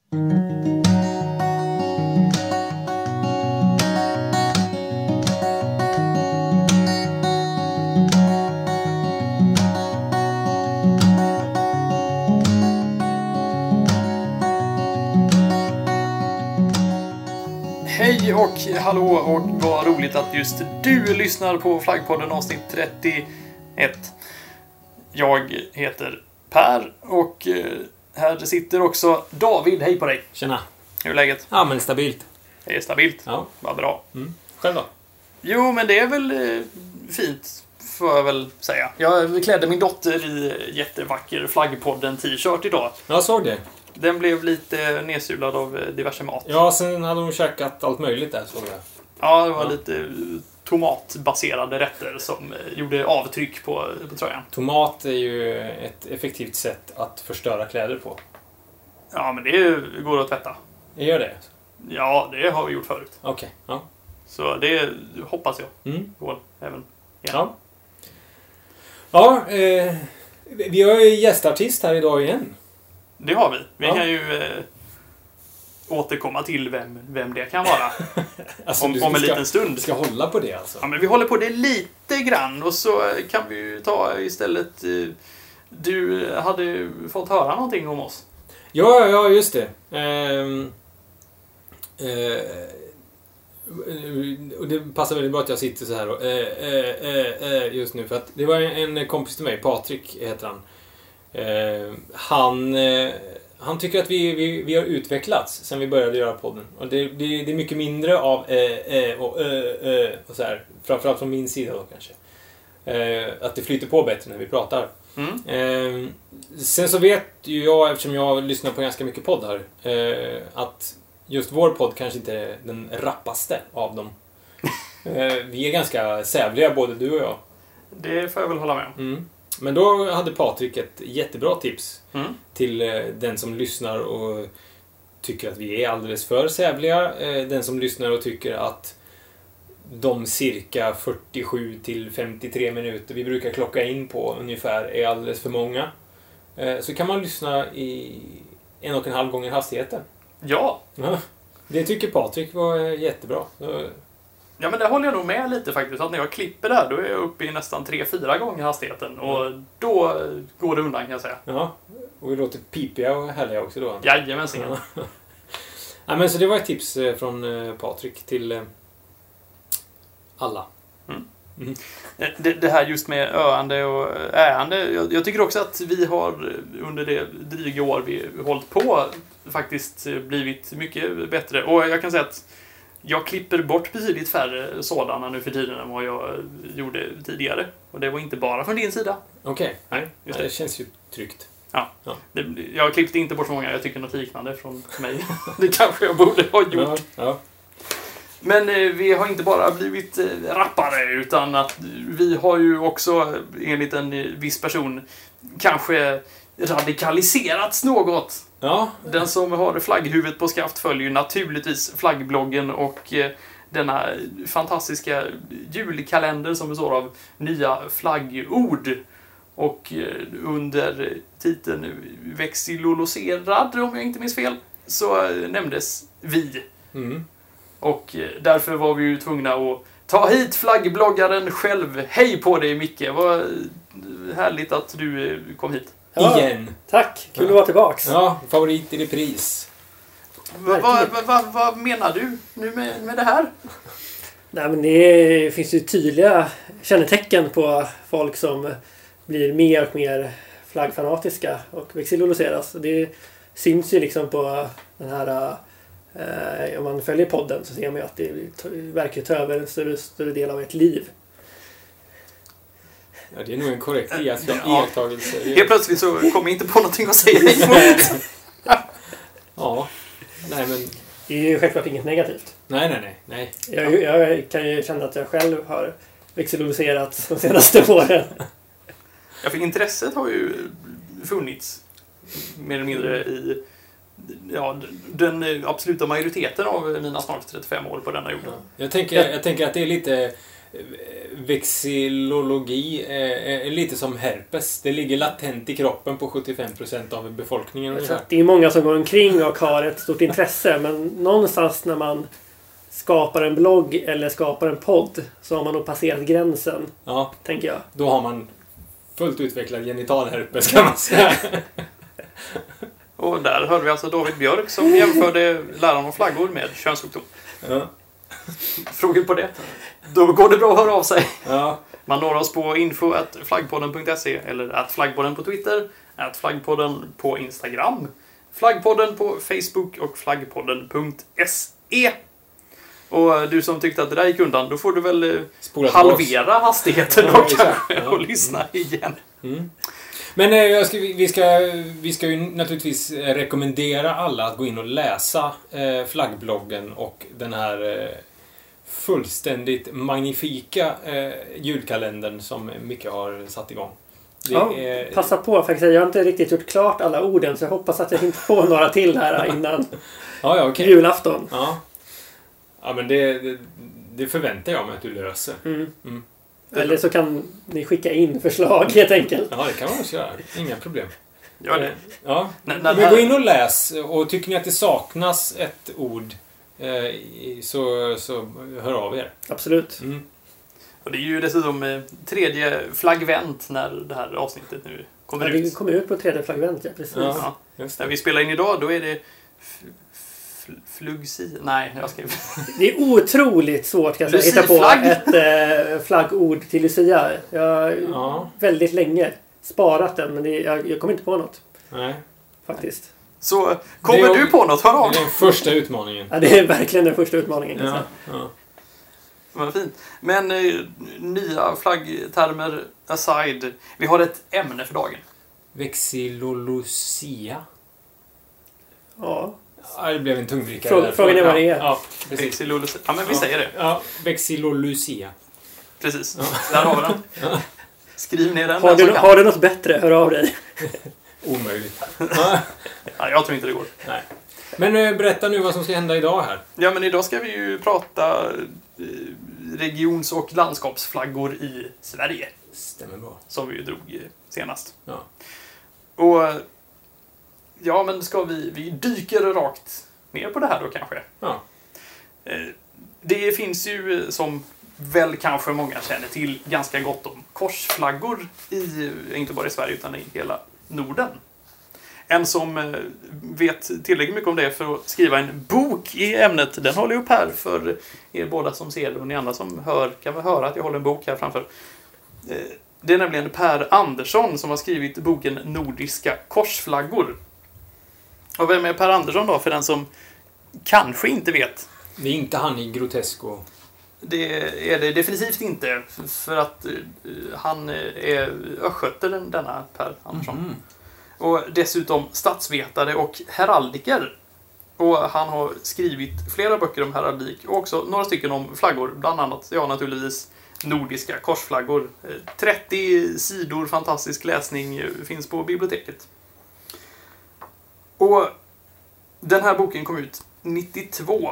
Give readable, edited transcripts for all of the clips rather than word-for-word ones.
Hej och hallå och vad roligt att just du lyssnar på Flaggpodden avsnitt 31. Jag heter Per och här sitter också David. Hej på dig. Tjena. Hur är läget? Ja, men stabilt. Det är stabilt. Ja. Vad bra. Själv då? Jo, men det är väl fint, får jag väl säga. Jag klädde min dotter i jättevacker Flaggpodden t-shirt idag. Jag såg det. Den blev lite nedsulad av diverse mat. Ja, sen hade hon käkat allt möjligt där, såg jag. Ja, det var lite tomatbaserade rätter som gjorde avtryck på tröjan. Tomat är ju ett effektivt sätt att förstöra kläder på. Ja, men det går att tvätta. Jag gör det? Ja, det har vi gjort förut. Okej, ja. Så det hoppas jag går även igen. Ja. Ja, vi har ju gästartist här idag igen. Det har vi. Vi kan ju återkomma till vem det kan vara. Alltså, om en liten stund. Du ska hålla på det alltså. Ja, men vi håller på det lite grann och så kan vi ju ta istället... Du hade fått höra någonting om oss. Ja, just det. Och det passar väldigt bra att jag sitter så här och just nu, för att det var en kompis till mig, Patrik heter han. Han tycker att vi har utvecklats sen vi började göra podden. Och det är mycket mindre av och så här, framförallt från min sida då kanske. Att det flyter på bättre när vi pratar. Sen så vet ju jag, eftersom jag lyssnar på ganska mycket poddar, att just vår podd kanske inte är den rappaste av dem. Vi är ganska sävliga, både du och jag. Det får jag väl hålla med om. Men då hade Patrik ett jättebra tips till den som lyssnar och tycker att vi är alldeles för sävliga. Den som lyssnar och tycker att de cirka 47 till 53 minuter vi brukar klocka in på ungefär är alldeles för många. Så kan man lyssna i 1,5 gånger hastigheten. Ja. Det tycker Patrik var jättebra. Ja, men det håller jag nog med lite faktiskt. Att när jag klipper där, då är jag uppe i nästan 3-4 gånger hastigheten. Och då går det undan, kan jag säga. Ja, och vi låter pipiga och härliga också då. Jajamensan. Ja, men så det var ett tips från Patrik till alla. Det här just med öande och äande. Jag tycker också att vi har under det dryga år vi hållit på faktiskt blivit mycket bättre. Och jag kan säga att jag klipper bort betydligt färre sådana nu för tiden än vad jag gjorde tidigare. Och det var inte bara från din sida. Okej. Nej, just det. Det känns ju tryggt. Ja. Jag klippte inte bort så många. Jag tycker något liknande från mig. Det kanske jag borde ha gjort. Ja. Men vi har inte bara blivit rappare, utan att vi har ju också, enligt en viss person, kanske radikaliserats något. Ja. Den som har flagghuvudet på skaft följer naturligtvis flaggbloggen och denna fantastiska julkalender som består av nya flaggord. Och under titeln vexilloloserad, om jag inte minns fel, så nämndes vi. Och därför var vi ju tvungna att ta hit flaggbloggaren själv. Hej på dig, Micke. Vad härligt att du kom hit. Ja, igen. Tack, kul att vara tillbaks. Ja, favorit i repris. Vad menar du nu med det här? Nej, men det finns ju tydliga kännetecken på folk som blir mer och mer flaggfanatiska och vexilloloseras. Det syns ju liksom på den här, om man följer podden så ser man ju att det verkar ta över en större del av ett liv. Ja, det är nog en korrekt iakttagelse. Helt plötsligt så kommer jag inte på någonting att säga emot. Ja, nej men... Det är ju självklart inget negativt. Nej. Jag kan ju känna att jag själv har vexilloloserat de senaste åren. Ja, för intresset har ju funnits mer eller mindre i den absoluta majoriteten av mina snart 35 år på denna jorden. Jag tänker att det är lite vexillologi är lite som herpes. Det ligger latent i kroppen på 75% av befolkningen. Så det är många som går omkring och har ett stort intresse, men någonstans när man skapar en blogg eller skapar en podd så har man nog passerat gränsen, tänker jag. Då har man fullt utvecklad genitalherpes, kan man säga. Och där hörde vi alltså David Björk som jämförde läran om flaggor med könssjukdom. Ja. Frågor på det? Då går det bra att höra av sig. Ja. Man når oss på info@flaggpodden.se eller @flaggpodden på Twitter, @flaggpodden på Instagram, flaggpodden på Facebook och flaggpodden.se. Och du som tyckte att det där gick undan, då får du väl halvera hastigheten och lyssna igen. Mm. Men vi ska ju naturligtvis rekommendera alla att gå in och läsa flaggbloggen och den här fullständigt magnifika julkalendern som Micke har satt igång. Passa på faktiskt. Jag har inte riktigt gjort klart alla orden, så jag hoppas att jag inte får några till här innan okay. julafton. Ja, men det förväntar jag mig att du löser. Mm. Eller så kan ni skicka in förslag helt enkelt. Ja, det kan man också göra. Inga problem. Gör det. Ja. Men gå in och läs. Och tycker ni att det saknas ett ord så hör av er. Absolut. Mm. Och det är ju dessutom tredje flaggvänt när det här avsnittet nu kommer ut. Det kommer ut på tredje flaggvänt, ja, precis. Ja. När vi spelar in idag, då är det Nej, jag skrev. Det är otroligt svårt att hitta på ett flaggord till Lucia. Jag har väldigt länge sparat den, men jag kommer inte på något. Nej. Faktiskt. Så kommer du på något? Hör av. Det är den första utmaningen. Ja, det är verkligen den första utmaningen. Ja. Vad fint. Men nya flaggtermer aside, vi har ett ämne för dagen. Vexillologia. Ja. Det blev en tungvrickare. Frågan är vad det är. Ja, precis. Ja, men vi säger det. Ja, vexillolucia. Precis. Där har vi den. Ja. Skriv ner den. Har du något bättre? Hör av dig. Omöjligt. Ja, jag tror inte det går. Nej. Men berätta nu vad som ska hända idag här. Ja, men idag ska vi ju prata regions- och landskapsflaggor i Sverige. Stämmer bra. Som vi ju drog senast. Ja. Och ja, men vi dyker rakt ner på det här då kanske. Ja. Det finns ju, som väl kanske många känner till, ganska gott om korsflaggor inte bara i Sverige utan i hela Norden. En som vet tillräckligt mycket om det för att skriva en bok i ämnet, den håller jag upp här för er båda som ser det, och ni andra som hör kan väl höra att jag håller en bok här framför. Det är nämligen Per Andersson som har skrivit boken Nordiska korsflaggor. Och vem är Per Andersson då, för den som kanske inte vet? Det är inte han i Grotesco. Det är det definitivt inte, för att han är östgöte, denna Per Andersson. Mm. Och dessutom statsvetare och heraldiker. Och han har skrivit flera böcker om heraldik och också några stycken om flaggor, bland annat, naturligtvis nordiska korsflaggor. 30 sidor fantastisk läsning finns på biblioteket. Och den här boken kom ut 92.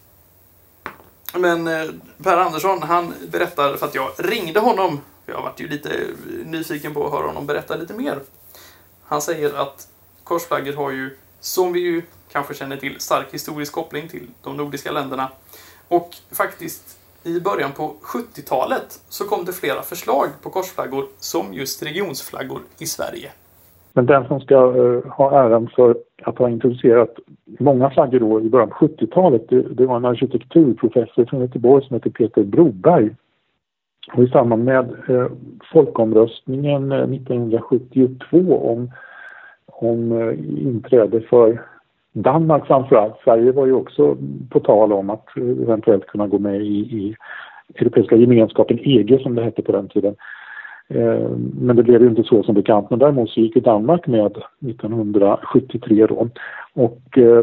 Men Per Andersson, han berättar, för att jag ringde honom, för jag varit ju lite nyfiken på att höra honom berätta lite mer. Han säger att korsflaggor har ju, som vi ju kanske känner till, stark historisk koppling till de nordiska länderna. Och faktiskt i början på 70-talet så kom det flera förslag på korsflaggor som just regionsflaggor i Sverige. Men den som ska ha äran för att ha introducerat många flaggor då i början på 70-talet, det var en arkitekturprofessor från Göteborg som heter Peter Broberg. Och i samband med folkomröstningen 1972 om inträde för Danmark framförallt. Sverige var ju också på tal om att eventuellt kunna gå med i Europeiska gemenskapen, EG som det hette på den tiden. Men det blev ju inte så som bekant. Men däremot så gick ju Danmark med 1973 då. Och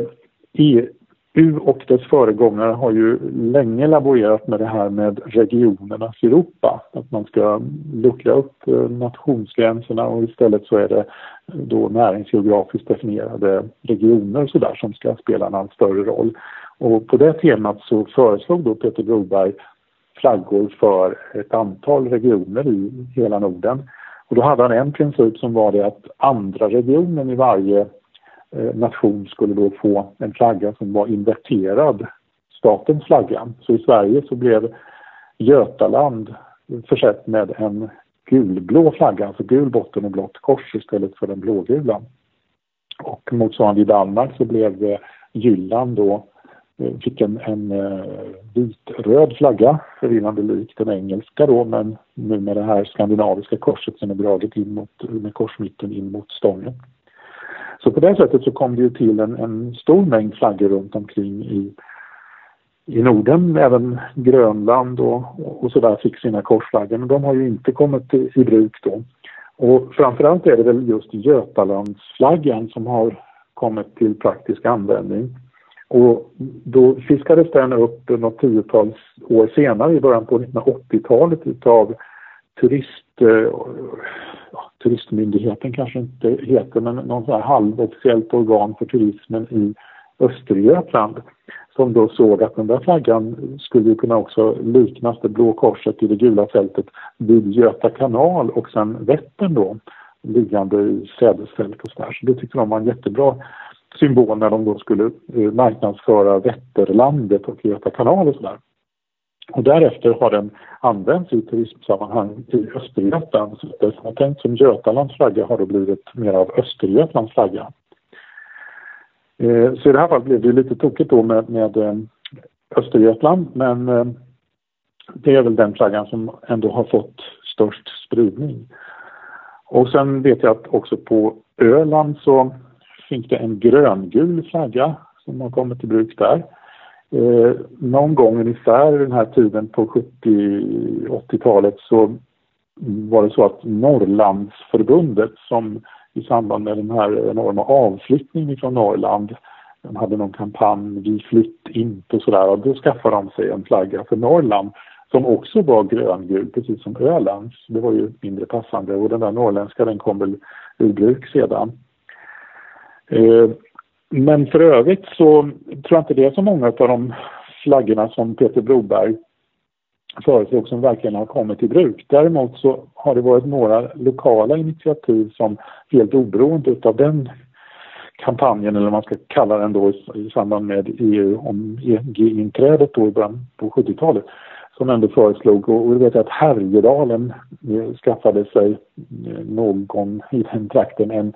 EU och dess föregångare har ju länge laborerat med det här med regionernas Europa. Att man ska luckra upp nationsgränserna och istället så är det då näringsgeografiskt definierade regioner så där som ska spela en allt större roll. Och på det temat så föreslog då Peter Broberg flaggor för ett antal regioner i hela Norden. Och då hade han en princip som var det att andra regionen i varje nation skulle då få en flagga som var inverterad statens flagga. Så i Sverige så blev Götaland försett med en gulblå flagga, alltså gul botten och blått kors istället för den blågula. Och motsvarande i Danmark så blev Jylland då fick en vit-röd flagga, förvillande lik den engelska då, men nu med det här skandinaviska korset som är draget in med korsmitten in mot stången. Så på det sättet så kom det ju till en stor mängd flaggor runt omkring i Norden. Även Grönland och så där fick sina korsflaggor, men de har ju inte kommit i bruk då. Och framförallt är det väl just Götalandsflaggan som har kommit till praktisk användning. Och då fiskades den upp något 10-tals år senare, i början på 1980-talet, utav turistmyndigheten kanske inte heter, men någon sån här halvofficiellt organ för turismen i Östergötland, som då såg att den där flaggan skulle kunna också liknas det blå korset i det gula fältet vid Göta kanal och sen Vättern då, liggande i sädesfält och sådär. Så det tyckte de var en jättebra symbol när de då skulle marknadsföra Vätterlandet och Göta kanal och sådär. Och därefter har den använts i turismsammanhang i Östergötland. Så det som är tänkt som Götalands flagga har då blivit mer av Östergötlands flagga. Så i det här fallet blev det lite tokigt då med Östergötland, men det är väl den flaggan som ändå har fått störst spridning. Och sen vet jag att också på Öland så finns det en gröngul flagga som har kommit till bruk där. Någon gång ungefär den här tiden på 70-80-talet så var det så att Norrlandsförbundet, som i samband med den här enorma avflyttningen från Norrland, de hade någon kampanj, vi flytt inte och sådär, och då skaffade de sig en flagga för Norrland som också var gröngul, precis som Ölands. Det var ju mindre passande, och den där norrländska, den kom väl ur bruk sedan. Men för övrigt så tror jag inte det är så många av de flaggorna som Peter Broberg föreslog som verkligen har kommit i bruk. Däremot så har det varit några lokala initiativ som helt oberoende av den kampanjen, eller man ska kalla den då, i samband med EU om EG-inträdet då i början på 70-talet, som ändå föreslog, och vi vet att Härjedalen skaffade sig någon i den trakten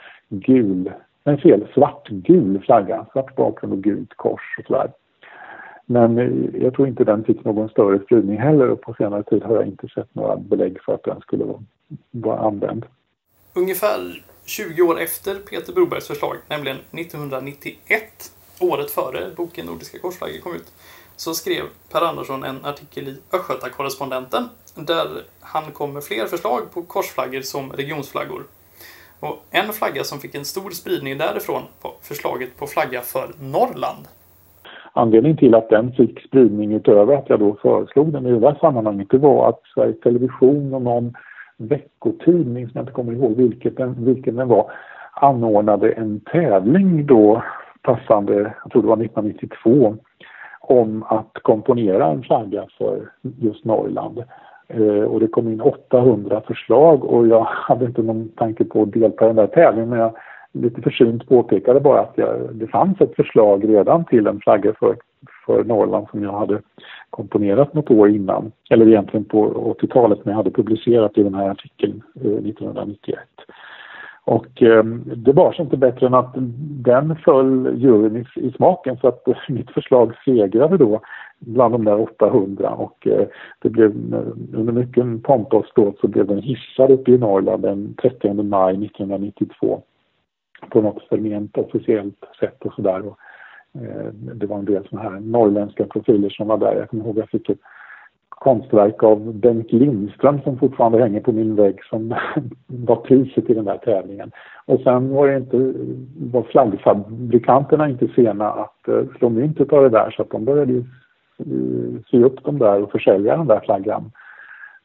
svartgul flagga, svart bakgrund och gult kors och sådär. Men jag tror inte den fick någon större spridning heller, och på senare tid har jag inte sett några belägg för att den skulle vara använd. Ungefär 20 år efter Peter Brobergs förslag, nämligen 1991, året före boken Nordiska korsflaggor kom ut, så skrev Per Andersson en artikel i Östgöta-korrespondenten där han kom med fler förslag på korsflaggor som regionsflaggor. Och en flagga som fick en stor spridning därifrån var förslaget på flagga för Norrland. Anledningen till att den fick spridning utöver att jag då föreslog den i det här sammanhanget, det var att Sveriges Television och någon veckotidning, som jag inte kommer ihåg vilken den var, anordnade en tävling då passande, jag tror det var 1992, om att komponera en flagga för just Norrland. Och det kom in 800 förslag, och jag hade inte någon tanke på att delta i den där tävlingen, men jag lite försynt påpekade bara att det fanns ett förslag redan till en flagga för Norrland som jag hade komponerat något år innan, eller egentligen på 80-talet, men jag hade publicerat i den här artikeln 1991. Och det var så inte bättre än att den föll juryn i smaken, så att mitt förslag segrade då bland de där 800, och det blev under mycket pompa och ståt så blev den hissad uppe i Norrland den 30 maj 1992 på något förment officiellt sätt och sådär. Det var en del sådana här norrländska profiler som var där. Jag kommer ihåg att jag fick ett konstverk av Bengt Lindström som fortfarande hänger på min vägg, som var priset i den där tävlingen. Och sen var flaggfabrikanterna inte sena att slå myntet av det där, så att de började sy upp dem där och försälja den där flaggan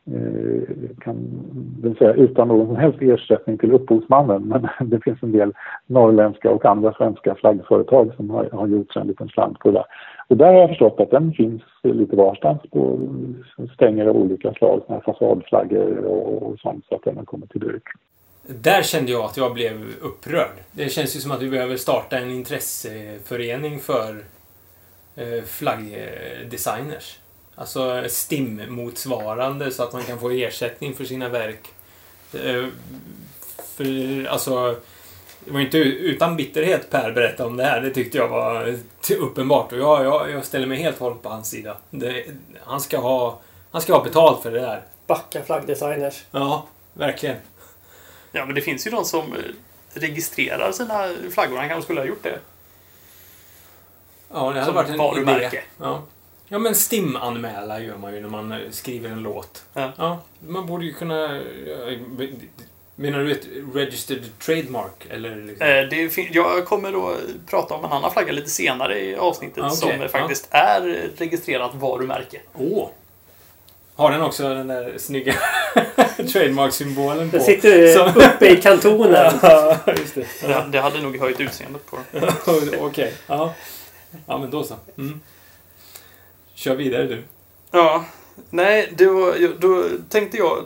kan väl säga utan någon som helst ersättning till upphovsmannen, men det finns en del norrländska och andra svenska flaggföretag som har gjort en liten slant på det där. Och där har jag förstått att den finns lite varstans på stänger av olika slag, såna här fasadflaggor och sånt, så att den har kommit till bruk. Där kände jag att jag blev upprörd. Det känns ju som att vi behöver starta en intresseförening för flaggdesigners. Alltså STIM-motsvarande, så att man kan få ersättning för sina verk. Alltså, det var inte utan bitterhet Per berättade om det här. Det tyckte jag var uppenbart. Och jag ställer mig helt och hållet på hans sida. Han ska ha betalt för det där. Backa flaggdesigners. Ja, verkligen. Ja, men det finns ju de som registrerar sina flaggor. Han kanske skulle ha gjort det. Ja, det hade som varit en varumärke. idé. Ja, men STIM-anmäla gör man ju när man skriver en låt. Ja, man borde ju kunna... Menar du ett registered trademark? Eller jag kommer då prata om en annan flagga lite senare i avsnittet som faktiskt är registrerat varumärke. Har den också den där snygga trademark-symbolen på? Den sitter uppe i kantonen. Ja, just det. Det hade nog höjt utseendet på den. Okej. Ja, men då så. Kör vidare du. Ja, nej, då tänkte jag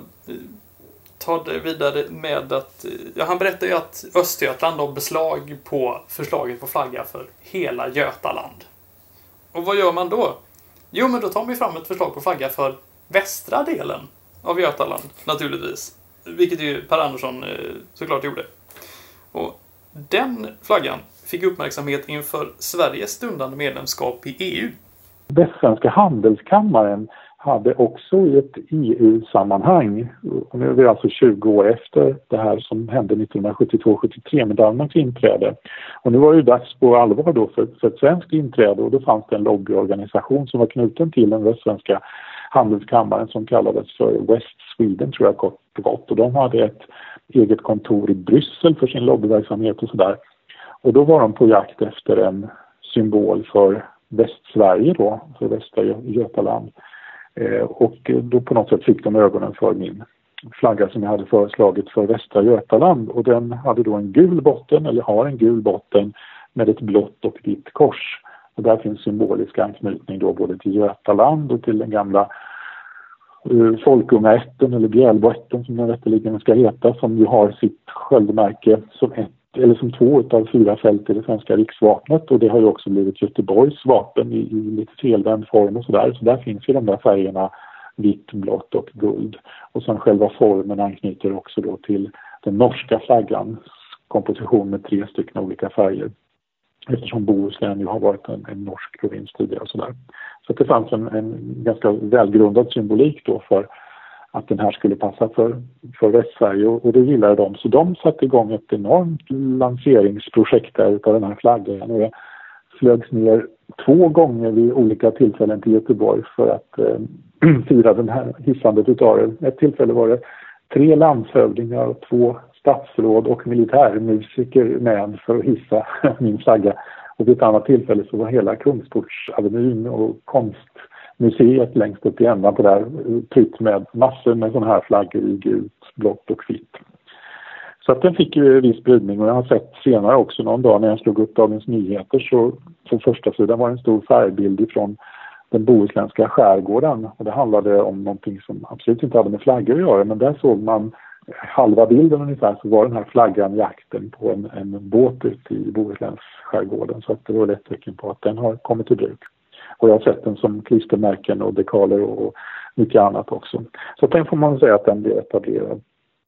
ta det vidare med att han berättar ju att Östergötland har beslag på förslaget på flagga för hela Götaland. Och vad gör man då? Jo, men då tar man fram ett förslag på flagga för västra delen av Götaland, naturligtvis. Vilket ju Per Andersson såklart gjorde. Och den flaggan fick uppmärksamhet inför Sveriges stundande medlemskap i EU. Västsvenska handelskammaren hade också i ett EU-sammanhang, och nu är vi alltså 20 år efter det här som hände 1972-73 med Danmarks inträde. Och nu var det ju dags på allvar då för ett svenskt inträde, och då fanns det en lobbyorganisation som var knuten till den västsvenska handelskammaren som kallades för West Sweden, tror jag kort och gott. Och de hade ett eget kontor i Bryssel för sin lobbyverksamhet och sådär. Och då var de på jakt efter en symbol för Västsverige då, för Västra Götaland. Och då på något sätt fick de ögonen för min flagga som jag hade föreslagit för Västra Götaland. Och den hade då en gul botten, eller har en gul botten med ett blått och vitt kors. Och där finns symbolisk anknytning då både till Götaland och till den gamla Folkungaätten eller Bjälboätten som den rätteligen ska heta, som ju har sitt sköldmärke som som 2 av 4 fält i det svenska riksvapnet, och det har ju också blivit Göteborgs vapen i lite felvänd form och sådär. Så där finns ju de där färgerna vitt, blått och guld. Och sen själva formen anknyter också då till den norska flaggans komposition med 3 stycken olika färger. Eftersom Bohuslän ju har varit en norsk provins tidigare och sådär. Så att det fanns en ganska välgrundad symbolik då för att den här skulle passa för Västsverige, och det gillade de. Så de satte igång ett enormt lanseringsprojekt där av den här flaggan. Och jag flögs ner 2 gånger vid olika tillfällen till Göteborg för att fira den här hissandet utav det. Ett tillfälle var det 3 landshövdingar och 2 statsråd och militärmusiker med för att hissa min flagga. Och vid ett annat tillfälle så var hela Kungsportsavenyn och konstmuseet längst upp i ändan på där tryckt med massor med sådana här flaggor i gult, blått och vitt. Så att den fick ju viss spridning, och jag har sett senare också någon dag när jag slog upp Dagens Nyheter, så på första sidan var en stor färgbild ifrån den bohuslänska skärgården, och det handlade om någonting som absolut inte hade med flaggor att göra, men där såg man halva bilden ungefär, så var den här flaggan jakten på en båt ute i Bohusläns skärgården, så att det var ett tecken på att den har kommit till bruk. Och jag har sett den som klistermärken och dekaler och mycket annat också. Så den får man säga att den blir etablerad.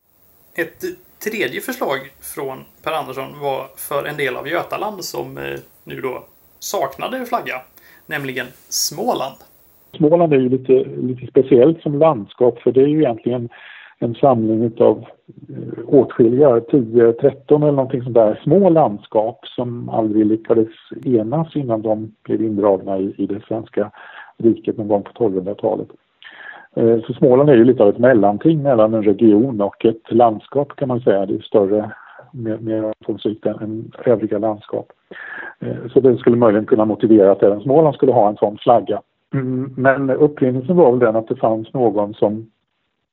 Ett tredje förslag från Per Andersson var för en del av Götaland som nu då saknade flagga, nämligen Småland. Småland är ju lite speciellt som landskap, för det är ju egentligen en samling av åtskilliga 10-13 eller någonting sånt där små landskap som aldrig lyckades enas innan de blev indragna i det svenska riket någon gång på 1200-talet. Så Småland är ju lite av ett mellanting mellan en region och ett landskap, kan man säga. Det är större, mer folksykt än övriga landskap. Så det skulle möjligen kunna motivera att även Småland skulle ha en sån flagga. Men upprinnelsen var väl den att det fanns någon som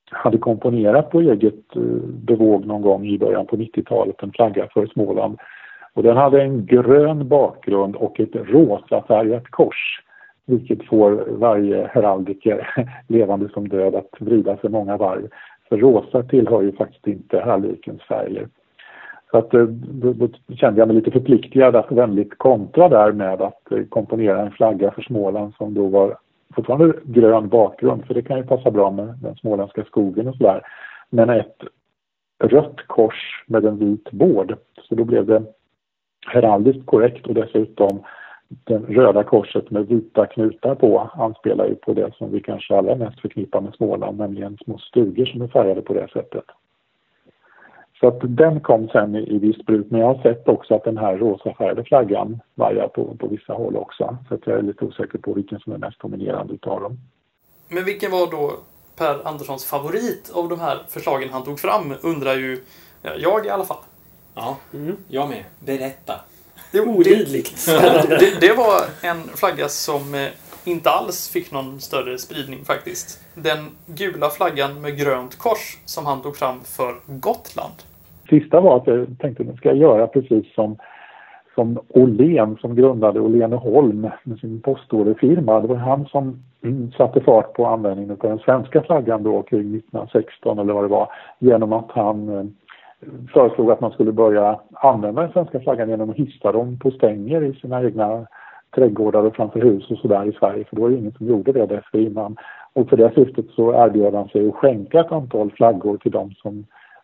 hade komponerat på eget bevåg någon gång i början på 90-talet en flagga för Småland. Och den hade en grön bakgrund och ett rosa färgat kors. Vilket får varje heraldiker, levande som död, att vrida sig många varv. För rosa tillhör ju faktiskt inte heraldikens färger. Så att då kände jag mig lite förpliktigad att vänligt kontra där med att komponera en flagga för Småland som då var fortfarande grön bakgrund. För det kan ju passa bra med den småländska skogen och sådär. Men ett rött kors med en vit bård. Så då blev det heraldiskt korrekt och dessutom det röda korset med vita knutar på anspelar ju på det som vi kanske allra mest förknippar med Småland, nämligen små stugor som är färgade på det sättet. Så att den kom sen i visst bruk, men jag har sett också att den här rosa färgade flaggan vajar på vissa håll också. Så att jag är lite osäker på vilken som är mest dominerande utav dem. Men vilken var då Per Anderssons favorit av de här förslagen han tog fram, undrar ju jag i alla fall. Ja, jag med. Berätta. Olidligt. Det var en flagga som inte alls fick någon större spridning faktiskt. Den gula flaggan med grönt kors som han tog fram för Gotland. Sista var att jag tänkte att jag ska göra precis som Åhlén som grundade Åhlén och Holm med sin postorderfirma. Det var han som satte fart på användningen av den svenska flaggan då kring 1916 eller vad det var, genom att han föreslog att man skulle börja använda den svenska flaggan genom att hissa dem på stänger i sina egna trädgårdar och framför hus och sådär i Sverige, för då var det ingen som gjorde det dessförinnan. Och för det syftet så erbjöd han sig att skänka ett antal flaggor till dem som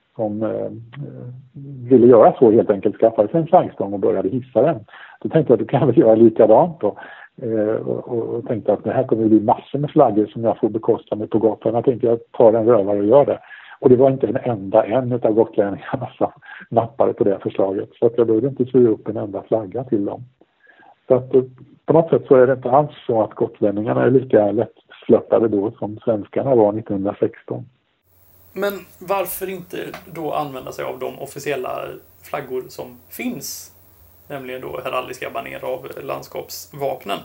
ville göra så, helt enkelt skaffade sig en flaggstång och började hissa den. Då tänkte jag att du kan väl göra likadant då. Och tänkte att det här kommer att bli massor med flaggor som jag får bekosta mig på Gotland. Jag tänkte att jag tar en rövare och gör det. Och det var inte en av gotlänningarna som nappade på det förslaget. Så att jag behövde inte sy upp en enda flagga till dem. Så att på något sätt så är det inte alls så att gotlänningarna är lika lättflörtade då som svenskarna var 1916. Men varför inte då använda sig av de officiella flaggor som finns? Nämligen då heraldiska baner av landskapsvapnen.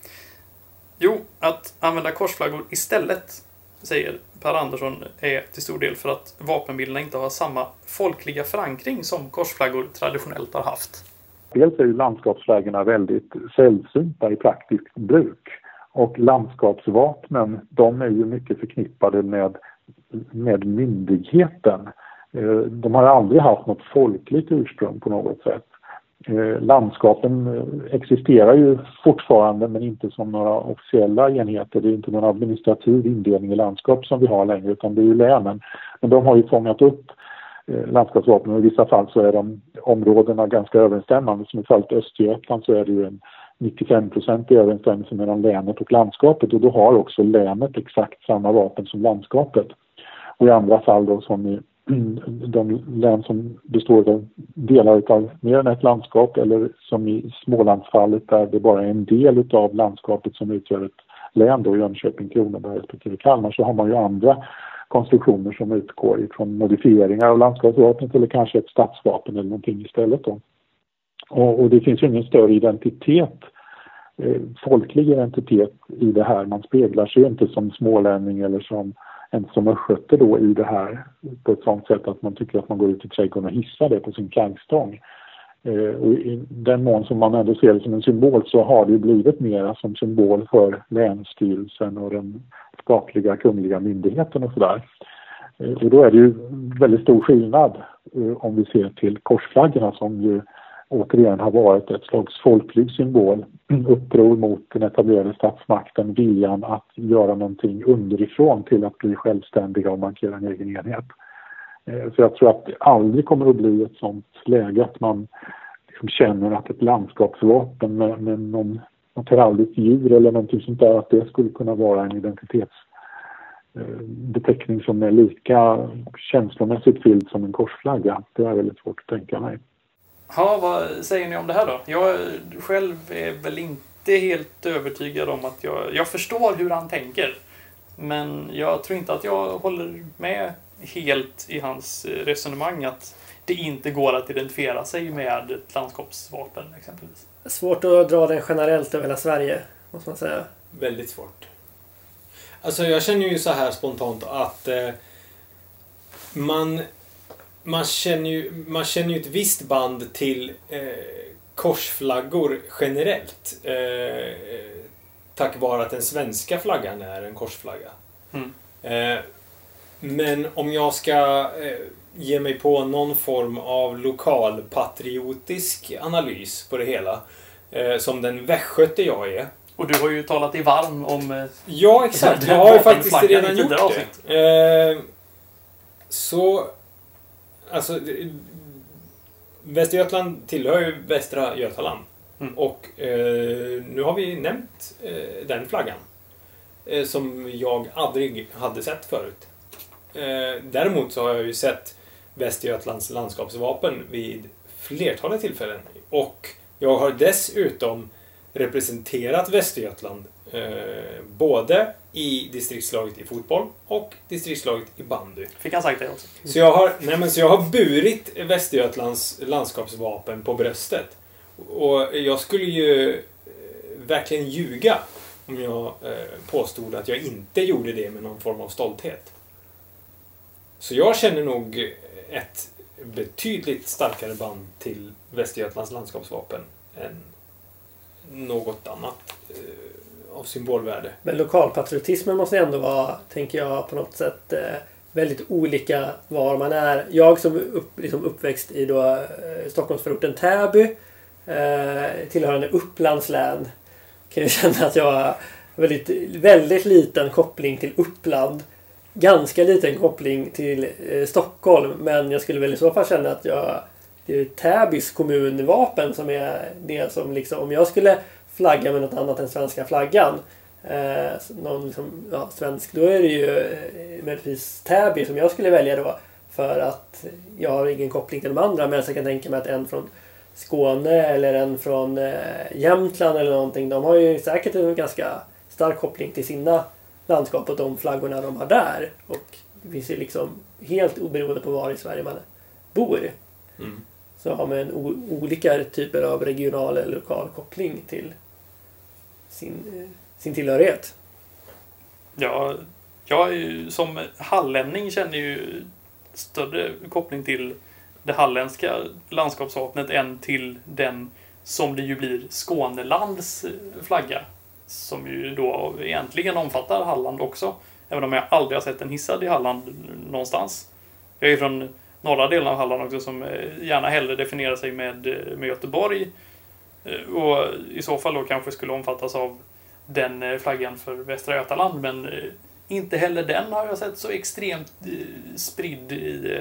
Jo, att använda korsflaggor istället, säger Per Andersson, är till stor del för att vapenbilderna inte har samma folkliga förankring som korsflaggor traditionellt har haft. Dels är ju landskapsflaggorna väldigt sällsynta i praktiskt bruk. Och landskapsvapnen, de är ju mycket förknippade med myndigheten. De har aldrig haft något folkligt ursprung på något sätt. Landskapen existerar ju fortfarande men inte som några officiella enheter. Det är inte någon administrativ indelning i landskap som vi har längre, utan det är ju länen. Men de har ju fångat upp landskapsvapen och i vissa fall så är de områdena ganska överensstämmande. Som i fallet Östergötland så är det ju en 95% i överensstämmelse mellan länet och landskapet, och då har också länet exakt samma vapen som landskapet. Och i andra fall då, som i de län som består av delar av mer än ett landskap, eller som i Smålandsfallet där det bara är en del av landskapet som utgör ett län då, Jönköping, Kronoberg respektive Kalmar, så har man ju andra konstruktioner som utgår ifrån modifieringar av landskapsvapnet eller kanske ett stadsvapen eller någonting istället då. Och det finns ju ingen större identitet, folklig identitet i det här. Man speglar sig inte som smålänning eller som östgöte då i det här på ett sådant sätt att man tycker att man går ut i trädgården och hissar det på sin flaggstång. Och i den mån som man ändå ser det som en symbol så har det ju blivit mera som symbol för länsstyrelsen och den statliga kungliga myndigheten och sådär. Och då är det ju väldigt stor skillnad om vi ser till korsflaggorna som ju återigen har varit ett slags folklig symbol, uppror mot den etablerade statsmakten, viljan att göra någonting underifrån till att bli självständiga och markera en egen enhet. Så jag tror att det aldrig kommer att bli ett sånt läge att man liksom känner att ett landskapsvapen med något heraldiskt djur eller någonting sånt där, att det skulle kunna vara en identitetsbeteckning som är lika känslomässigt fylld som en korsflagga. Det är väldigt svårt att tänka mig. Ja, vad säger ni om det här då? Jag själv är väl inte helt övertygad om att jag förstår hur han tänker. Men jag tror inte att jag håller med helt i hans resonemang att det inte går att identifiera sig med ett landskapsvapen exempelvis. Svårt att dra den generellt över hela Sverige, måste man säga. Väldigt svårt. Alltså jag känner ju så här spontant att man känner ju ett visst band till korsflaggor generellt. Tack vare att den svenska flaggan är en korsflagga. Men om jag ska ge mig på någon form av lokalpatriotisk analys på det hela, som den västgöte jag är. Och du har ju talat i varm om... Ja, exakt. Jag har ju faktiskt redan gjort det. Så... Alltså... Västergötland tillhör ju Västra Götaland. Och nu har vi nämnt den flaggan. Som jag aldrig hade sett förut. Däremot så har jag ju sett Västergötlands landskapsvapen vid flertalet tillfällen. Och jag har dessutom representerat Västergötland både i distriktslaget i fotboll och distriktslaget i bandy. Fick han sagt det också? Så jag har burit Västergötlands landskapsvapen på bröstet. Och jag skulle ju verkligen ljuga om jag påstod att jag inte gjorde det med någon form av stolthet. Så jag känner nog ett betydligt starkare band till Västergötlands landskapsvapen än något annat av symbolvärde. Men lokalpatriotismen måste ändå vara, tänker jag, på något sätt väldigt olika var man är. Jag som uppväxt i då, Stockholmsförorten Täby, tillhörande Upplands län, kan ju känna att jag har väldigt liten koppling till Uppland. Ganska liten koppling till Stockholm, men jag skulle väl i så fall känna att det är Täbys kommunvapen som är det som liksom, om jag skulle flagga med något annat än svenska flaggan, någon liksom, svensk, då är det ju möjligtvis Täby som jag skulle välja då, för att jag har ingen koppling till de andra, men jag kan tänka mig att en från Skåne eller en från Jämtland eller någonting, de har ju säkert en ganska stark koppling till sina landskap och de flaggorna de har där. Och det finns ju liksom helt oberoende på var i Sverige man bor. Så har man olika typer av regional eller lokal koppling till sin tillhörighet. Ja, jag är ju, som hallänning känner ju större koppling till det halländska landskapsvapnet än till den som det ju blir Skånelands flagga. Som ju då egentligen omfattar Halland också. Även om jag aldrig har sett en hissad i Halland någonstans. Jag är från norra delen av Halland också, som gärna hellre definierar sig med Göteborg. Och i så fall då kanske skulle omfattas av den flaggan för Västra Götaland. Men inte heller den har jag sett så extremt spridd i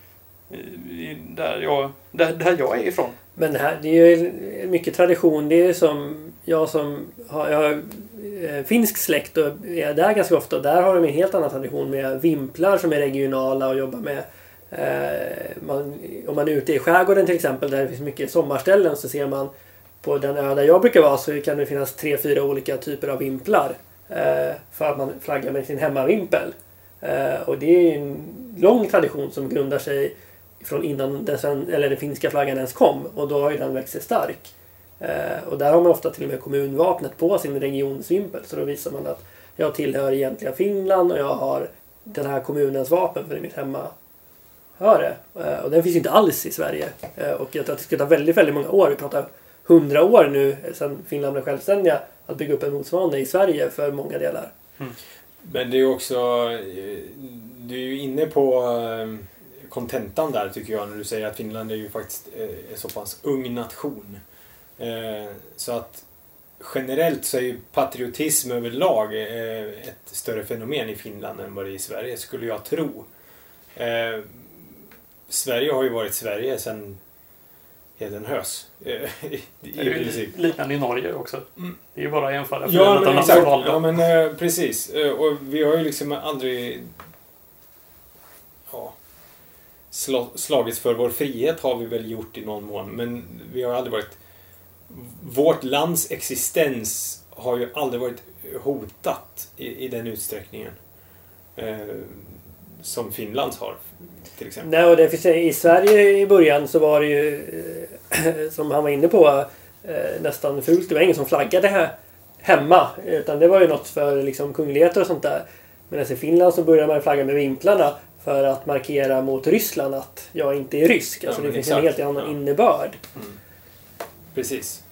där jag är ifrån. Men det är ju mycket tradition. Det är som jag har finsk släkt och är där ganska ofta. Där har de en helt annan tradition med vimplar som är regionala och jobbar med om man är ute i skärgården till exempel, där det finns mycket sommarställen, så ser man på den ö där jag brukar vara, så kan det finnas 3-4 olika typer av vimplar för att man flaggar med sin hemmavimpel. Och det är en lång tradition som grundar sig från innan den finska flaggan ens kom, och då har ju den växt sig stark. Och där har man ofta till och med kommunvapnet på sin regionsvimpel, så då visar man att jag tillhör egentligen Finland och jag har den här kommunens vapen för mitt hemmahöre. Och den finns inte alls i Sverige. Och jag tror att det ska ta väldigt, väldigt många år, vi pratar 100 år nu sedan Finland blev självständiga, att bygga upp en motsvarande i Sverige för många delar. Men det är också, du är ju inne på kontentan där, tycker jag, när du säger att Finland är ju faktiskt en så pass ung nation. Så att generellt så är ju patriotism överlag ett större fenomen i Finland än vad det är i Sverige, skulle jag tro. Sverige har ju varit Sverige sedan hedenhös. Det är ju liknande i Norge också. Det är ju bara att jämföra. Ja, men exakt. Ja, men precis. Och vi har ju liksom aldrig slagits för vår frihet, har vi väl gjort i någon mån. Men vi har aldrig varit... Vårt lands existens har ju aldrig varit hotat i den utsträckningen som Finlands har, till exempel. Nej, och det finns, i Sverige i början så var det ju som han var inne på nästan fult. Det var ingen som flaggade här hemma, utan det var ju något för liksom kungligheter och sånt där. Men i Finland så började man flagga med vimplarna för att markera mot Ryssland att jag inte är rysk. Alltså det finns en helt annan innebörd. Precis.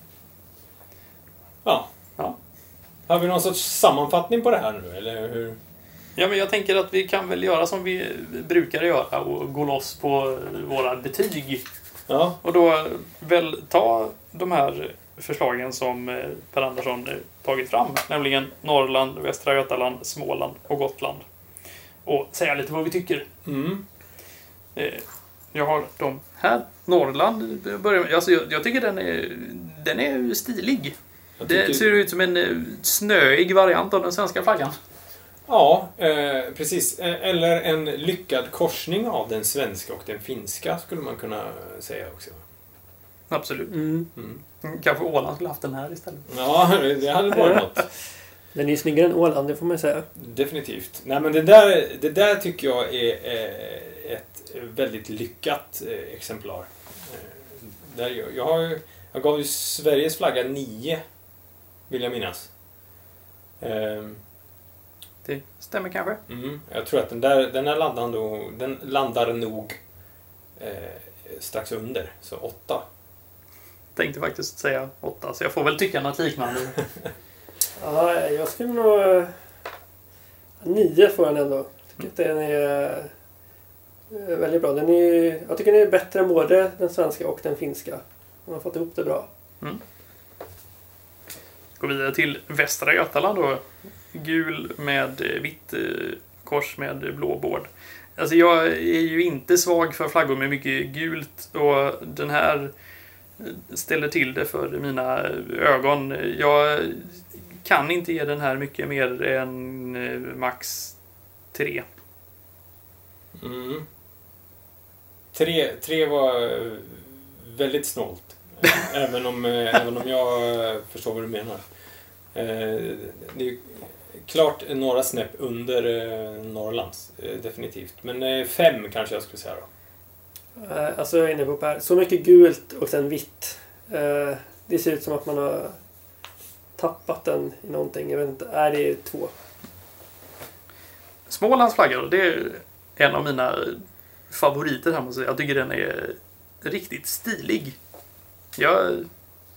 Ja. Har vi någon sorts sammanfattning på det här nu, eller hur? Ja, men jag tänker att vi kan väl göra som vi brukar göra och gå loss på våra betyg. Ja. Och då väl ta de här förslagen som Per Andersson tagit fram, nämligen Norrland, Västra Götaland, Småland och Gotland. Och säga lite vad vi tycker. Jag har dem här. Norrland, jag tycker den är stilig. Det ser ut som en snöig variant av den svenska flaggan. Ja, precis. Eller en lyckad korsning av den svenska och den finska skulle man kunna säga också. Absolut. Kanske Åland skulle haft den här istället. Ja, det hade varit något. Den är ju snyggare än Åland, det får man säga. Definitivt. Nej, men det där tycker jag är ett väldigt lyckat exemplar. Jag gav ju Sveriges flagga 9, vill jag minnas. Det stämmer kanske. Jag tror att den landar nog strax under, så 8. Tänkte faktiskt säga 8, så jag får väl tycka något liknande. Ja, jag skulle nog... 9 får jag ändå. Jag tycker att den är väldigt bra. Jag tycker den är bättre än både den svenska och den finska. Man har fått ihop det bra. Går vidare till Västra Götaland då. Gul med vitt kors med blå bård. Alltså jag är ju inte svag för flaggor med mycket gult, och den här ställer till det för mina ögon. Jag kan inte ge den här mycket mer än max 3. 3 var väldigt snålt. även om jag förstår vad du menar. Det är klart några snäpp under Norrlands, definitivt. Men 5 kanske jag skulle säga då. Alltså jag är inne på Per. Så mycket gult och sen vitt. Det ser ut som att man har tappat den i någonting. Jag vet inte. Det är 2. Smålands flagga då, det är en av mina favoriter här, måste jag säga. Jag tycker den är riktigt stilig. Jag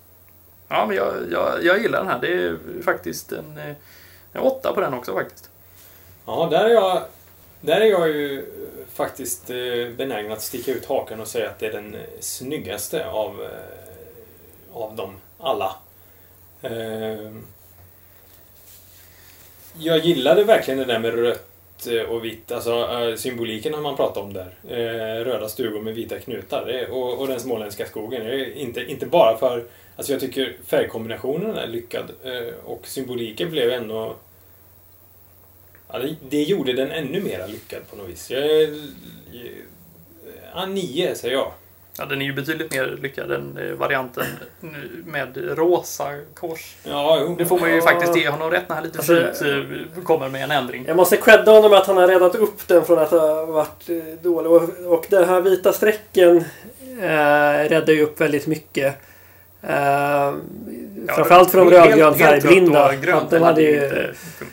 gillar den här. Det är faktiskt en 8 på den också faktiskt. Ja, där är jag ju faktiskt benägen att sticka ut hakan och säga att det är den snyggaste av dem alla. Jag gillade verkligen det där med rött och vitt, alltså symboliken har man pratat om där. Röda stugor med vita knutar och den småländska skogen. Inte bara för, alltså jag tycker färgkombinationen är lyckad, och symboliken blev ändå, ja, det gjorde den ännu mer lyckad på något vis. 9 säger jag. Ja, den är ju betydligt mer lyckad än varianten med rosa kors. Ja, jo. Det får man ju faktiskt ge honom rätt när han lite flyt kommer med en ändring. Jag måste credda honom att han har räddat upp den från att ha varit dålig. Och den här vita strecken räddar ju upp väldigt mycket. Framförallt för de rödgrön färgblinda. Den hade ju...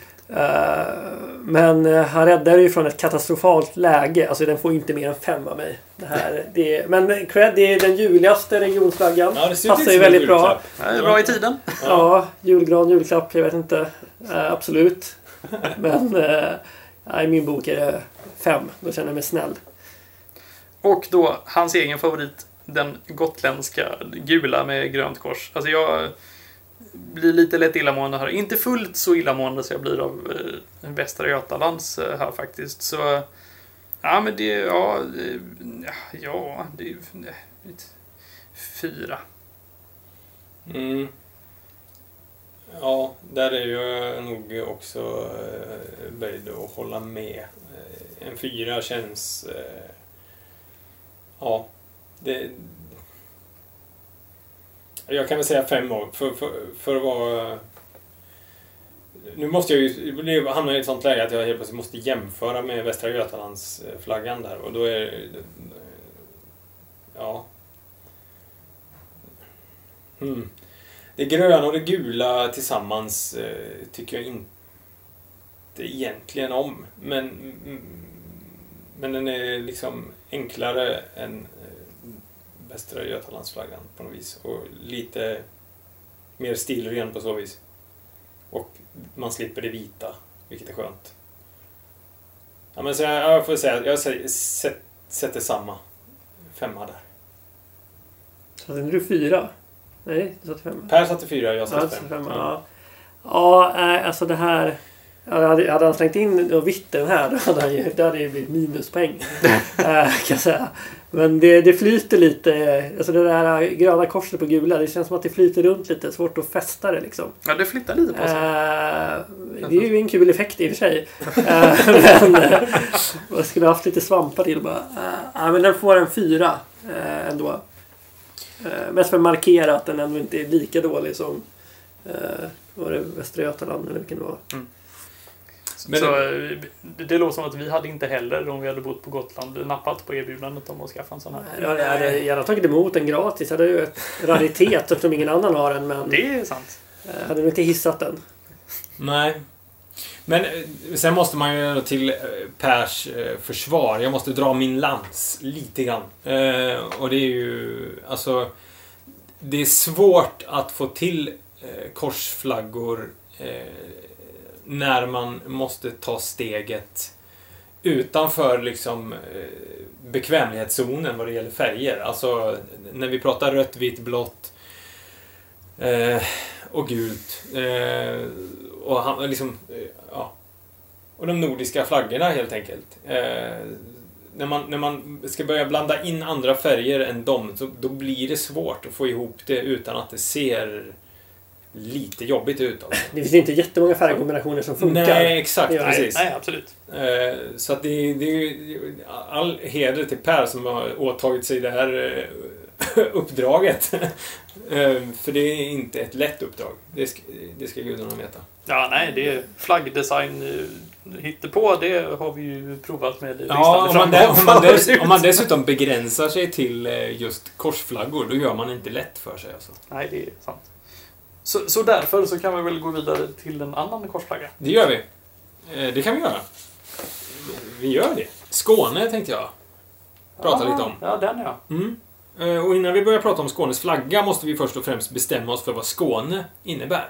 Men han räddar ju från ett katastrofalt läge. Alltså den får inte mer än 5 av mig. Men det är den juligaste regionflaggan. Ja, det passar ju väldigt bra. Det är bra i tiden. Ja, julgran, julklapp, jag vet inte. Absolut. Men i min bok är det 5. Då känner jag mig snäll. Och då hans egen favorit, den gotländska gula med grönt kors. Alltså jag blir lite lätt illamående här. Inte fullt så illamående så jag blir av Västra Götalands här faktiskt. Så ja, men det är 4. Ja, där är jag nog också böjd att hålla med. En 4 känns... ja, det... Jag kan väl säga 5 år. För att vara... Nu måste jag ju hamna i ett sånt läge att jag helt plötsligt måste jämföra med Västra Götalands flaggan där. Och då är... Ja... Det gröna och det gula tillsammans tycker jag inte egentligen om. Men Men den är liksom enklare än Västra Götalandsflaggan på något vis. Och lite mer stilren på så vis. Och man slipper det vita, vilket är skönt. Ja, men så jag får säga, jag sätter samma 5 där. Satte du 4? Nej, du satte 5. Per satte 4, jag satte 5. Ja, alltså det här... Hade han slängt in vitten här, då hade det blivit minuspoäng. Kan jag säga. Men det flyter lite. Alltså det där gröna korset på gula, det känns som att det flyter runt lite. Svårt att fästa det liksom. Ja, det flyttar lite på sig. Det är ju en kul effekt i och för sig. Men jag skulle ha haft lite svampar till bara. Men den får en 4 ändå. Mest för att markera att den ändå inte är lika dålig som var det Västra Götaland eller vilken det var. Men så det låter som att vi hade inte heller, om vi hade bott på Gotland, nappat på erbjudandet om att skaffa en sån här. Jag hade gärna tagit emot en gratis. Jag hade ju ett raritet eftersom ingen annan har en. Men det är sant. Hade nog inte hissat den. Nej. Men sen måste man ju till Pers försvar. Jag måste dra min lans lite grann. Och det är ju... Alltså... Det är svårt att få till korsflaggor när man måste ta steget utanför liksom bekvämlighetszonen vad det gäller färger. Alltså när vi pratar rött, vitt, blått och gult och liksom ja, och de nordiska flaggorna helt enkelt. När man ska börja blanda in andra färger än dem, så då blir det svårt att få ihop det utan att det ser lite jobbigt ut. Alltså. Det finns inte jättemånga färgkombinationer som funkar. Nej, exakt. Precis. Nej, absolut. Så att det är all heder till Per som har åtagit sig det här uppdraget. För det är inte ett lätt uppdrag. Det ska gudarna veta. Ja, nej, det är flaggdesign hittepå, det har vi ju provat med. Ja, om man dessutom begränsar sig till just korsflaggor, då gör man inte lätt för sig. Alltså. Nej, det är sant. Så därför så kan vi väl gå vidare till en annan korsflagga. Det gör vi. Det kan vi göra. Vi gör det. Skåne tänkte jag prata lite om. Ja, den ja. Och innan vi börjar prata om Skånes flagga måste vi först och främst bestämma oss för vad Skåne innebär.